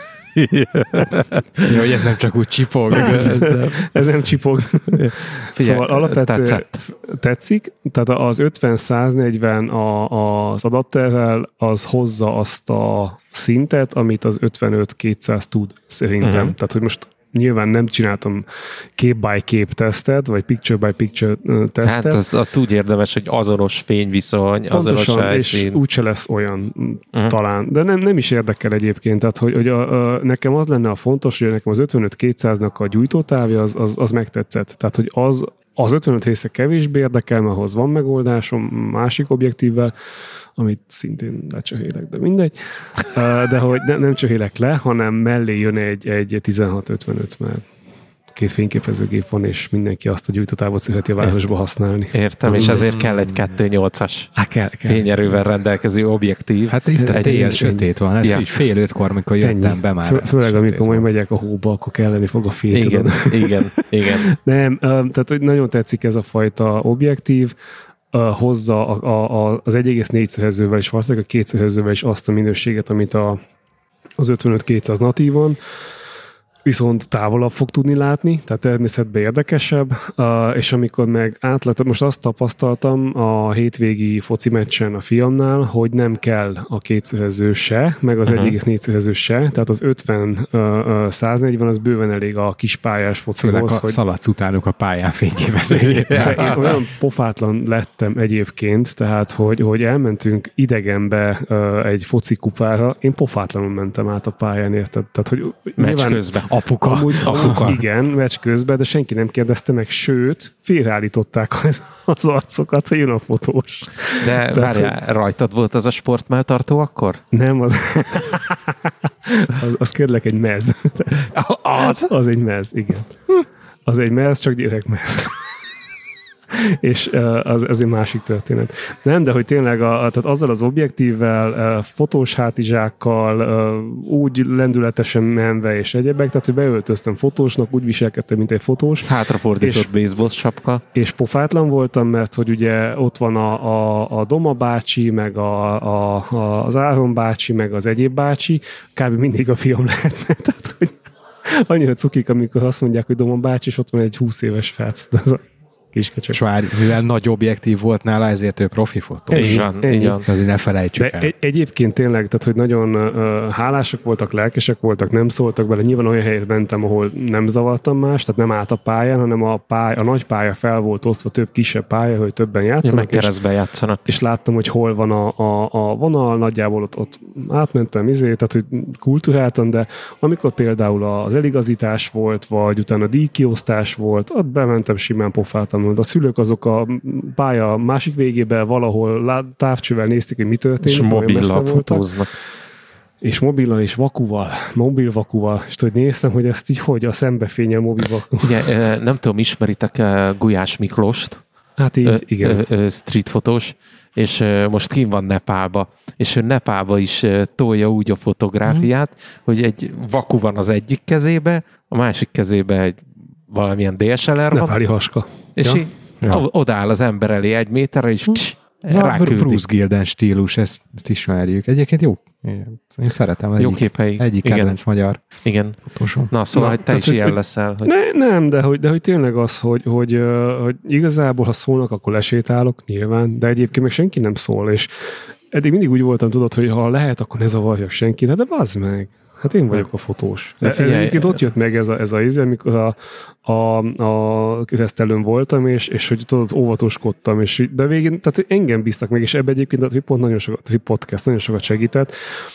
C: Jó, hogy ez nem csak úgy csipog.
B: Ez nem csipog.
A: Figyelj,
B: szóval alapvetően
A: tetszett.
B: tetszik, tehát az ötven száznegyven a, az adapterrel az hozza azt a szintet, amit az ötvenöt kétszáz tud szerintem. Uh-huh. Tehát, hogy most nyilván nem csináltam kép-by-kép tesztet, vagy picture-by-picture tesztet.
A: Hát az, az úgy érdemes, hogy azonos fényviszony, azonos helyszín.
B: És úgyse lesz olyan uh-huh. talán. De nem, nem is érdekel egyébként. Tehát, hogy, hogy a, a, nekem az lenne a fontos, hogy nekem az ötvenöt kétszáznak a gyújtótávja az, az, az megtetszett. Tehát, hogy az, az ötvenöt része kevésbé érdekel, mert ahhoz van megoldásom másik objektívvel, amit szintén lecsöhélek, de mindegy. De hogy ne, nem csöhélek le, hanem mellé jön egy, egy tizenhat ötvenöt, mert két fényképezőgép van, és mindenki azt a gyújtótávot szereti a városba használni.
A: Értem, és ezért kell egy kettő nyolcas
B: Há, kell, kell.
A: fényerővel rendelkező objektív.
C: Hát itt egy, egy ilyen sötét van, ez
A: ja.
C: így fél ötkor, amikor jöttem ennyi. Be már.
B: Fő, főleg, amikor majd megyek a hóba, akkor kelleni fog a fél.
A: Igen, igen, igen.
B: Nem, tehát hogy nagyon tetszik ez a fajta objektív, Uh, hozza a, a, a, az egy egész négy szerzővel és valószínűleg a két szerzővel is azt a minőséget, amit a, az ötvenöt kétszáz natívon, viszont távolabb fog tudni látni, tehát természetben érdekesebb, uh, és amikor meg átlátom, most azt tapasztaltam a hétvégi foci meccsen a fiamnál, hogy nem kell a kétszerző se, meg az uh-huh. egy egész négy szerző se, tehát az ötven száznegyven az bőven elég a kis pályás focihoz.
C: Hogy szaladsz utánuk a pályán fényképezőjét.
B: Én olyan pofátlan lettem egyébként, tehát hogy, hogy elmentünk idegenbe uh, egy foci kupára, én pofátlanul mentem át a pályán, érted? Tehát, hogy
A: meccs nyilván, közben.
C: Apuka.
B: Amúgy,
C: Apuka.
B: Igen, meccs közben, de senki nem kérdezte meg, sőt, félreállították az arcokat, hogy jön a fotós.
A: De várjál, hogy... rajtad volt az a sportmelltartó akkor?
B: Nem, az, az, az kérlek egy mez.
A: Az?
B: Az egy mez, igen. Az egy mez, csak gyerekmez. És az, ez egy másik történet. Nem, de hogy tényleg a, tehát azzal az objektívvel, fotós hátizsákkal, úgy lendületesen menve és egyebek, tehát hogy beöltöztem fotósnak, úgy viselkedtem, mint egy fotós.
A: Hátrafordított baseball sapka.
B: És pofátlan voltam, mert hogy ugye ott van a, a, a Doma bácsi, meg a, a, a, az Áron bácsi, meg az egyéb bácsi, kb. Mindig a fiam lehetne. Tehát, hogy annyira cukik, amikor azt mondják, hogy Doma bácsi, és ott van egy húsz éves frác.
C: És várj, mivel nagy objektív volt nála, ezért ő profi fotó.
A: Igen, igen.
C: Azért ne felejtsük
B: De
C: el.
B: Egy, egyébként tényleg, tehát hogy nagyon uh, hálásak voltak, lelkesek voltak, nem szóltak bele. Nyilván olyan helyet mentem, ahol nem zavartam más, tehát nem állt a pályán, hanem a, pály, a nagy pálya fel volt osztva, több kisebb pálya, hogy többen játszanak.
A: Ja, keresztbe játszanak.
B: És láttam, hogy hol van a, a, a vonal, nagyjából ott, ott átmentem, izé, tehát hogy kulturáltan, de amikor például az eligazítás volt, vagy utána a díjkiosztás volt, ott bementem, simán pofáltam. De a szülők azok a pálya másik végében valahol távcsővel nézték, hogy mi történik.
A: És mobillal fotóznak.
B: És mobillal és vakuval, mobil vakuval. És tudod, néztem, hogy ezt így hogy a szembefényel mobil vakuval.
A: Ugye, nem tudom, ismeritek Gulyás Miklóst?
B: Hát így, ö, igen.
A: Ö, ö, streetfotós, és ö, most kint van Nepálba, és ő Nepálba is ö, tolja úgy a fotográfiát, mm. hogy egy vaku van az egyik kezébe, a másik kezébe egy valamilyen dé es el er van.
B: Nepáli haska.
A: És
B: ja.
A: így ja. odaáll az ember elé egy méterre, és cs,
C: ez a Bruce Gilden stílus, ezt, ezt ismerjük. Egyébként jó. Én szeretem.
A: Jó
C: egyik,
A: képei.
C: Egyik
A: igen.
C: kedvenc magyar
A: Igen.
C: fotósom.
A: Na, szóval, Na, hogy te
B: tehát,
A: is ilyen
B: hogy,
A: leszel. Hogy...
B: Ne, nem, de hogy, de hogy tényleg az, hogy, hogy, hogy igazából, ha szólnak, akkor lesétálok, nyilván, de egyébként meg senki nem szól, és eddig mindig úgy voltam, tudod, hogy ha lehet, akkor ne zavarjak senkit, hát de bazd meg. Hát én vagyok a fotós. De figyelj, egyébként ott jött meg ez a, ez a íze, amikor a, a, a keresztelőn voltam, és, és hogy tudod, óvatoskodtam, és, de végén, tehát engem bíztak meg, és ebben egyébként a pont nagyon sokat, a podcast nagyon sokat segített.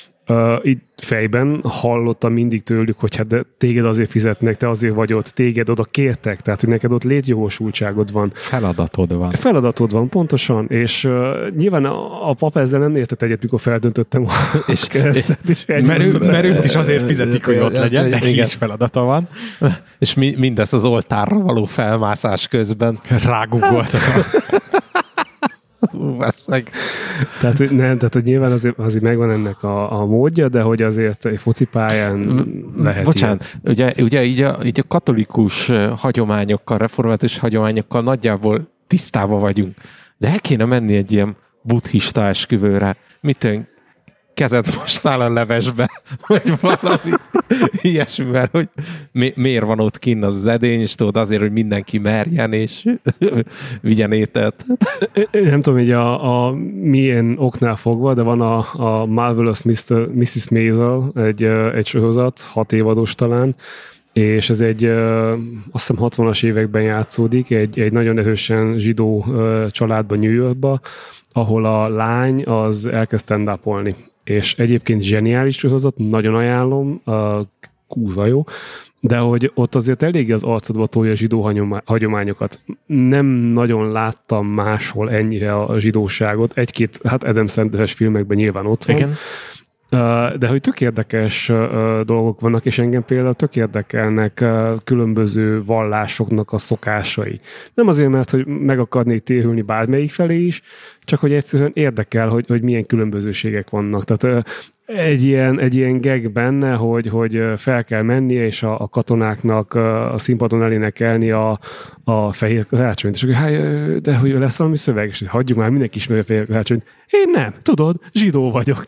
B: Uh, így fejben hallottam mindig tőlük, hogy hát de téged azért fizetnek, te azért vagy ott, téged oda kértek, tehát hogy neked ott létjogosultságod van.
C: Feladatod van.
B: Feladatod van, pontosan, és uh, nyilván a, a pap ezzel nem értett egyet, mikor feldöntöttem a és keresztet. És
C: mert, ő, mert őt is azért fizetik, hogy ott legyen, neki is feladata van.
A: És mi, mindez az oltárra való felmászás közben.
C: Rágugolt.
A: Hú, veszek.
B: Tehát, hogy nem, tehát, hogy nyilván azért, azért megvan ennek a, a módja, de hogy azért egy focipályán lehet
A: Bocsánat, ugye, ugye így, a, így a katolikus hagyományokkal, református hagyományokkal nagyjából tisztában vagyunk, de el kéne menni egy ilyen buddhista esküvőre, mitől kezed mostál a levesbe, vagy valami ilyesmi, mert hogy mi, miért van ott kinn az, az edény, és tudod azért, hogy mindenki merjen, és vigyen ételt.
B: Nem tudom, hogy a, a milyen oknál fogva, de van a, a Marvelous miszter, missziz Maisel, egy, egy sorozat, hat évados talán, és ez egy, azt hiszem hatvanas években játszódik, egy, egy nagyon erősen zsidó családban, New Yorkban, ahol a lány az elkezd stand-upolni. És egyébként zseniális sorozat, nagyon ajánlom, kurva jó, de hogy ott azért eléggé az arcodba tolja a zsidó hagyományokat. Nem nagyon láttam máshol ennyire a zsidóságot. Egy-két, hát Adam Sandler-es filmekben nyilván ott van. Igen. De hogy tök érdekes dolgok vannak, és engem például tök érdekelnek különböző vallásoknak a szokásai. Nem azért, mert hogy meg akarnék térülni bármelyik felé is, csak hogy egyszerűen érdekel, hogy, hogy milyen különbözőségek vannak. Tehát egy ilyen, egy ilyen gag benne, hogy, hogy fel kell mennie, és a, a katonáknak a színpadon elénekelni a, a fehér karácsonyt. És akkor, de hogy lesz valami szöveg, és hagyjuk már, mindenki ismeri a fehér karácsonyt. Én nem, tudod, zsidó vagyok.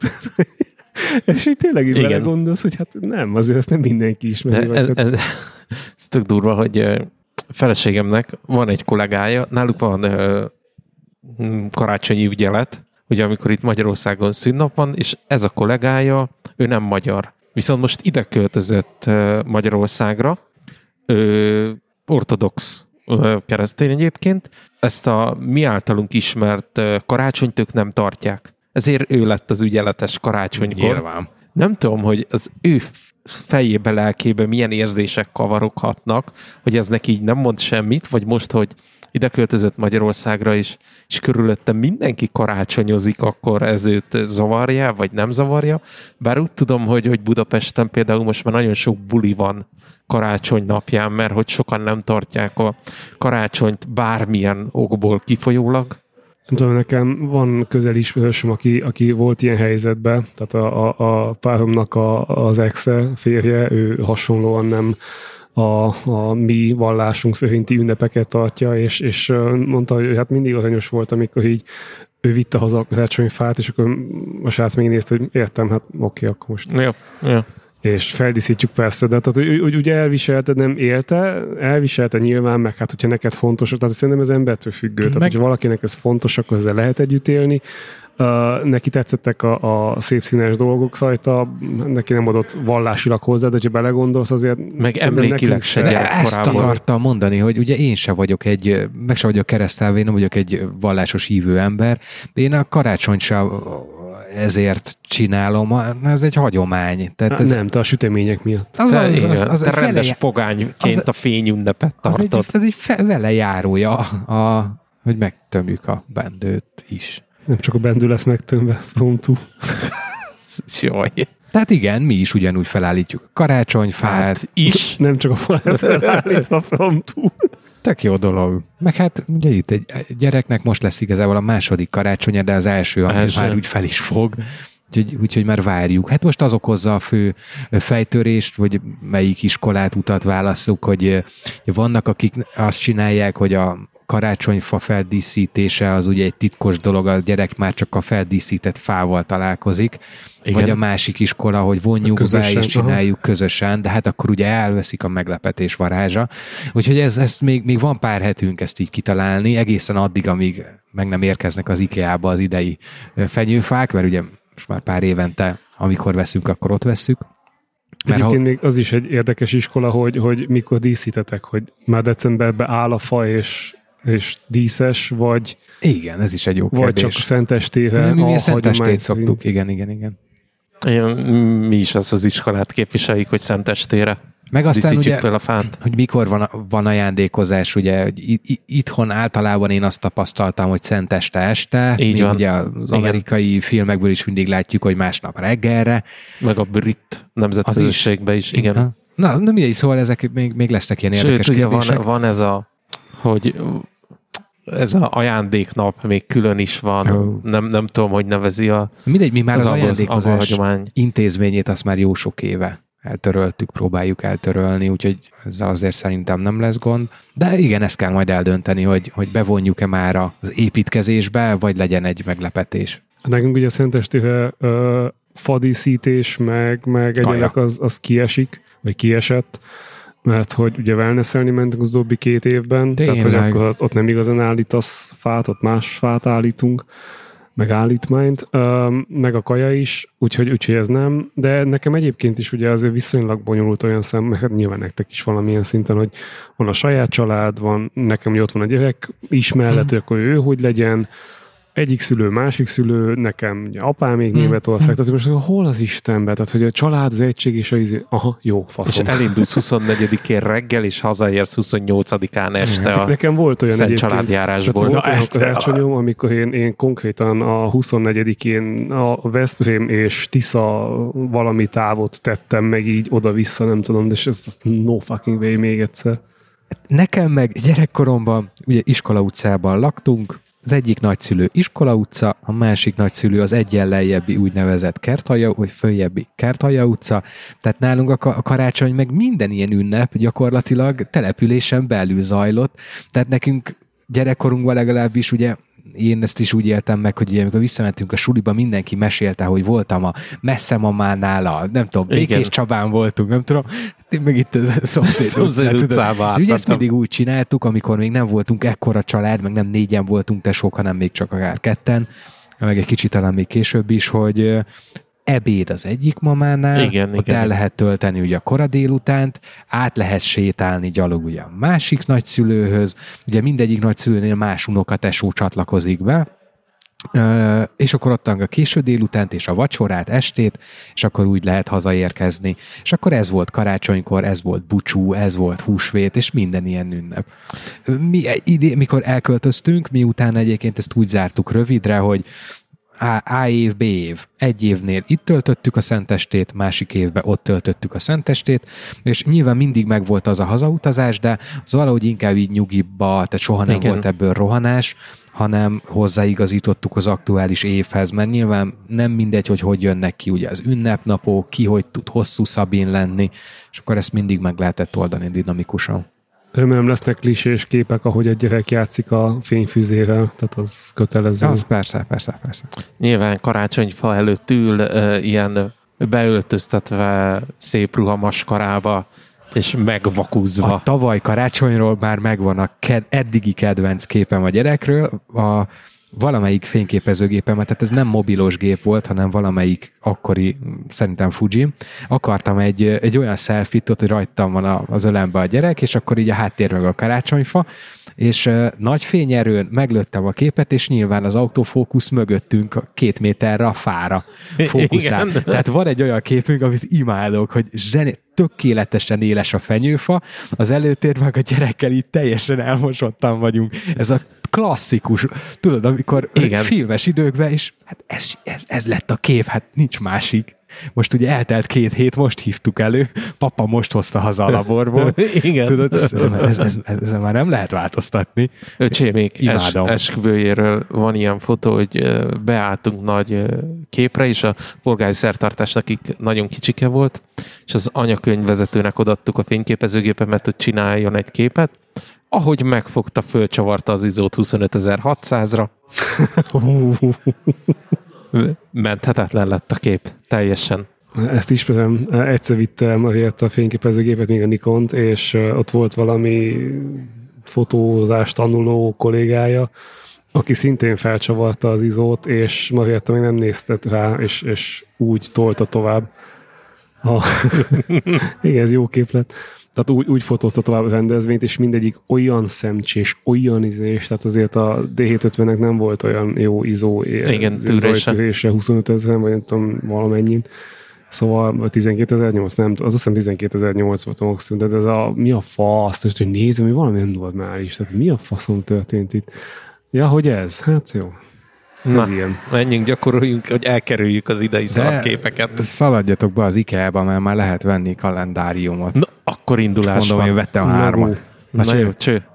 B: És így tényleg így vele gondolsz, hogy hát nem, azért ezt nem mindenki ismeri.
A: Ez, ez, ez tök durva, hogy feleségemnek van egy kollégája, náluk van karácsonyi ügyelet, ugye amikor itt Magyarországon szünnap van, és ez a kollégája, ő nem magyar. Viszont most ide költözött Magyarországra, ő ortodox keresztény egyébként, ezt a mi általunk ismert karácsonyt ők nem tartják. Ezért ő lett az ügyeletes karácsonykor.
C: Nyilván.
A: Nem tudom, hogy az ő fejébe, lelkébe milyen érzések kavaroghatnak, hogy ez neki így nem mond semmit, vagy most, hogy ide költözött Magyarországra is, és körülöttem mindenki karácsonyozik, akkor ez őt zavarja, vagy nem zavarja. Bár úgy tudom, hogy, hogy Budapesten például most már nagyon sok buli van karácsony napján, mert hogy sokan nem tartják a karácsonyt bármilyen okból kifolyólag.
B: Nem tudom, nekem van közeli ismerősöm, aki, aki volt ilyen helyzetben, tehát a, a, a páromnak a, az exe, férje, ő hasonlóan nem a, a mi vallásunk szerinti ünnepeket tartja, és, és mondta, hogy hát mindig aranyos volt, amikor így ő vitte haza a karácsonyfát, és akkor a srác megnézte, hogy értem, hát oké, akkor most.
A: Ja, ja.
B: És feldíszítjük persze, de tehát, hogy, hogy ugye elviselte, nem élte, elviselte nyilván, meg hát, hogyha neked fontos, tehát szerintem ez embertől függő, tehát meg... hogyha valakinek ez fontos, akkor ezzel lehet együtt élni. Uh, neki tetszettek a, a szép színes dolgok rajta, neki nem adott vallásilag hozzá, de ha belegondolsz, azért
A: meg emlékileg se gyerekkorában.
C: Ezt akartam mondani, hogy ugye én se vagyok egy, meg se vagyok keresztelve, én nem vagyok egy vallásos hívő ember, én a karácsonyt sem ezért csinálom, ez egy hagyomány. Tehát ez
B: nem, te a sütemények miatt.
C: Az, az, az, az, az
A: te rendes vele, pogányként az, a fényünnepet tartod.
C: Az egy, az egy fe, vele járója, a, hogy megtömjük a bendőt is.
B: Nem csak a bendő lesz megtömve, from two.
A: Jaj.
C: Tehát igen, mi is ugyanúgy felállítjuk a karácsonyfát. Hát
A: is.
B: Nem csak a fa lesz felállítva, from two.
C: Tök jó dolog. Meg hát ugye itt egy gyereknek most lesz igazából a második karácsonya, de az első, ami első. Már úgy fel is fog. Úgyhogy, úgyhogy már várjuk. Hát most az okozza a fő fejtörést, hogy melyik iskolát utat választjuk, hogy vannak, akik azt csinálják, hogy a karácsonyfa feldíszítése az ugye egy titkos dolog, a gyerek már csak a feldíszített fával találkozik. Igen. Vagy a másik iskola, hogy vonjuk közösen, be és csináljuk aha. közösen, de hát akkor ugye elveszik a meglepetés varázsa. Úgyhogy ez, ez még, még van pár hetünk ezt így kitalálni, egészen addig, amíg meg nem érkeznek az IKEA-ba az idei fenyőfák, mert ugye most már pár évente, amikor veszünk, akkor ott vesszük.
B: Egyébként ha... még az is egy érdekes iskola, hogy, hogy mikor díszítetek, hogy már decemberben áll a fa és és díszes, vagy...
C: Igen, ez is egy jó
B: vagy
C: kérdés.
B: Vagy csak szentestére.
C: Mi, mi a szentestét szoktuk, igen, igen, igen.
A: Igen, mi is az az iskolát képviseljük, hogy szentestére
C: meg aztán ugye,
A: fel a fát.
C: Hogy mikor van, van ajándékozás, ugye hogy itthon általában én azt tapasztaltam, hogy szenteste este,
A: így van.
C: Ugye az amerikai igen. filmekből is mindig látjuk, hogy másnap reggelre.
A: Meg a brit nemzetközösségben is, igen.
C: Na, na, na mindegy, szóval ezek még, még lesznek ilyen
A: Sőt,
C: érdekes
A: ugye
C: kérdések.
A: Van, van ez a hogy ez az ajándéknap még külön is van. Oh. Nem, nem tudom, hogy nevezi a...
C: Mindegy, mi már az, az ajándékozás intézményét azt már jó sok éve eltöröltük, próbáljuk eltörölni, úgyhogy ezzel azért szerintem nem lesz gond. De igen, ezt kell majd eldönteni, hogy, hogy bevonjuk-e már az építkezésbe, vagy legyen egy meglepetés.
B: Nekünk ugye a Szentestére uh, fadíszítés, meg, meg egyébként az, az kiesik, vagy kiesett, mert hogy ugye wellnesselni mentünk az dobbi két évben,
C: Tényleg.
B: Tehát hogy akkor ott nem igazán állítasz fát, ott más fát állítunk, meg állítmányt, meg a kaja is, úgyhogy, úgyhogy ez nem, de nekem egyébként is ugye azért viszonylag bonyolult olyan szem, mert hát nyilván nektek is valamilyen szinten, hogy van a saját család, van, nekem hogy ott van a gyerek is mellett, hogy akkor ő hogy legyen, egyik szülő, másik szülő, nekem ugye apám még hmm. Németország, tehát most hol az Istenben? Tehát, hogy a család, az egység és a izé, aha, jó, faszom.
A: És elindulsz huszonnegyedikén reggel, és hazaérsz huszonnyolcadikán este a
B: nekem volt olyan
A: Szent családjárásból.
B: Volt olyan karácsonyom, amikor én, én konkrétan a huszonnegyedikén a Veszprém és Tisza valami távot tettem meg így oda-vissza, nem tudom, de ez no fucking way még egyszer.
C: Nekem meg gyerekkoromban, ugye Iskola utcában laktunk, az egyik nagyszülő Iskola utca, a másik nagyszülő az egyen lejjebbi úgynevezett Kerthalja, vagy följebbi Kerthalja utca. Tehát nálunk a karácsony meg minden ilyen ünnep gyakorlatilag településen belül zajlott. Tehát nekünk gyerekkorunkban legalábbis ugye én ezt is úgy éltem meg, hogy ugye, amikor visszamentünk a suliba, mindenki mesélte, hogy voltam a messze mamánál, a, nem tudom, Békés Csabán voltunk, nem tudom, én meg itt a szomszéd utcában. Ugye ezt mindig úgy csináltuk, amikor még nem voltunk ekkora család, meg nem négyen voltunk tesók, hanem még csak akár ketten, meg egy kicsit talán még később is, hogy ebéd az egyik mamánál,
A: igen,
C: ott
A: igen,
C: el
A: igen.
C: lehet tölteni ugye a kora délutánt, át lehet sétálni gyalog ugye a másik nagyszülőhöz, ugye mindegyik nagyszülőnél más unokatesó csatlakozik be, Uh, és akkor ott a késő délutánt és a vacsorát, estét, és akkor úgy lehet hazaérkezni. És akkor ez volt karácsonykor, ez volt búcsú, ez volt húsvét, és minden ilyen ünnep. Mi idén, mikor elköltöztünk, miután egyébként ezt úgy zártuk rövidre, hogy A, A év, B év. Egy évnél itt töltöttük a szentestét, másik évben ott töltöttük a szentestét, és nyilván mindig megvolt az a hazautazás, de az valahogy inkább így nyugibba, tehát soha nem Igen. volt ebből rohanás, hanem hozzáigazítottuk az aktuális évhez, mert nyilván nem mindegy, hogy hogy jönnek ki ugye az ünnepnapok, ki hogy tud hosszú szabin lenni, és akkor ezt mindig meg lehetett oldani dinamikusan.
B: Remélem lesznek klisés képek, ahogy egy gyerek játszik a fényfüzével, tehát az kötelező.
C: Az persze, persze, persze.
A: Nyilván karácsonyfa előtt ül uh, ilyen beöltöztetve szép ruha maskarába, és megvakuzva.
C: A tavaly karácsonyról már megvan a ked- eddigi kedvenc képem a gyerekről, a valamelyik fényképezőgépemet, tehát ez nem mobilos gép volt, hanem valamelyik akkori, szerintem Fuji. Akartam egy, egy olyan selfie-t, hogy rajtam van az ölembe a gyerek, és akkor így a háttér meg a karácsonyfa, és uh, nagy fényerőn meglőttem a képet, és nyilván az autofókusz mögöttünk két méterre a fára fókuszál. Igen. Tehát van egy olyan képünk, amit imádok, hogy zseni, tökéletesen éles a fenyőfa, az előtér meg a gyerekkel így teljesen elmosottan vagyunk. Ez a klasszikus, tudod, amikor Igen. filmes időkben, és hát ez, ez, ez lett a kép, hát nincs másik. Most ugye eltelt két hét, most hívtuk elő, papa most hozta haza a laborból.
A: Igen.
C: Tudod, ez, ez, ez, ez már nem lehet változtatni.
A: Öcsémék es, esküvőjéről van ilyen fotó, hogy beálltunk nagy képre, és a polgári szertartás nekik nagyon kicsike volt, és az anyakönyvvezetőnek odaadtuk a fényképezőgépemet, hogy csináljon egy képet. Ahogy megfogta, fölcsavarta az izót huszonötezer-hatszázra. Menthetetlen lett a kép, teljesen.
B: Ezt ismerem. Egyszer vittem a fényképezőgépet, még a Nikont, és ott volt valami fotózás tanuló kollégája, aki szintén felcsavarta az izót, és Marietta még nem nézte rá, és, és úgy tolta tovább. Ha. Igen, ez jó kép lett. Tehát úgy, úgy fotózta tovább a rendezvényt, és mindegyik olyan szemcsés, olyan izés, tehát azért a dé hétszázötvennek nem volt olyan jó izó.
A: Igen, tűrése.
B: huszonötezren, vagy nem tudom, valamennyin. Szóval tizenkétezer-nyolc, nem, az azt hiszem tizenkétezer-nyolc volt a maximum, de ez a, mi a fasz, és hogy nézem, hogy valami nem volt már is, tehát mi a faszom történt itt? Ja, hogy ez? Hát jó.
A: Na, ilyen. Menjünk, gyakoroljunk, hogy elkerüljük az idei szarképeket.
C: Szaladjatok be az IKEA-ba, mert már lehet venni kalendáriumot.
A: Na, akkor indulás
C: mondom,
A: van.
C: Én vettem hármat.
A: Na, Na cső. jó, cső.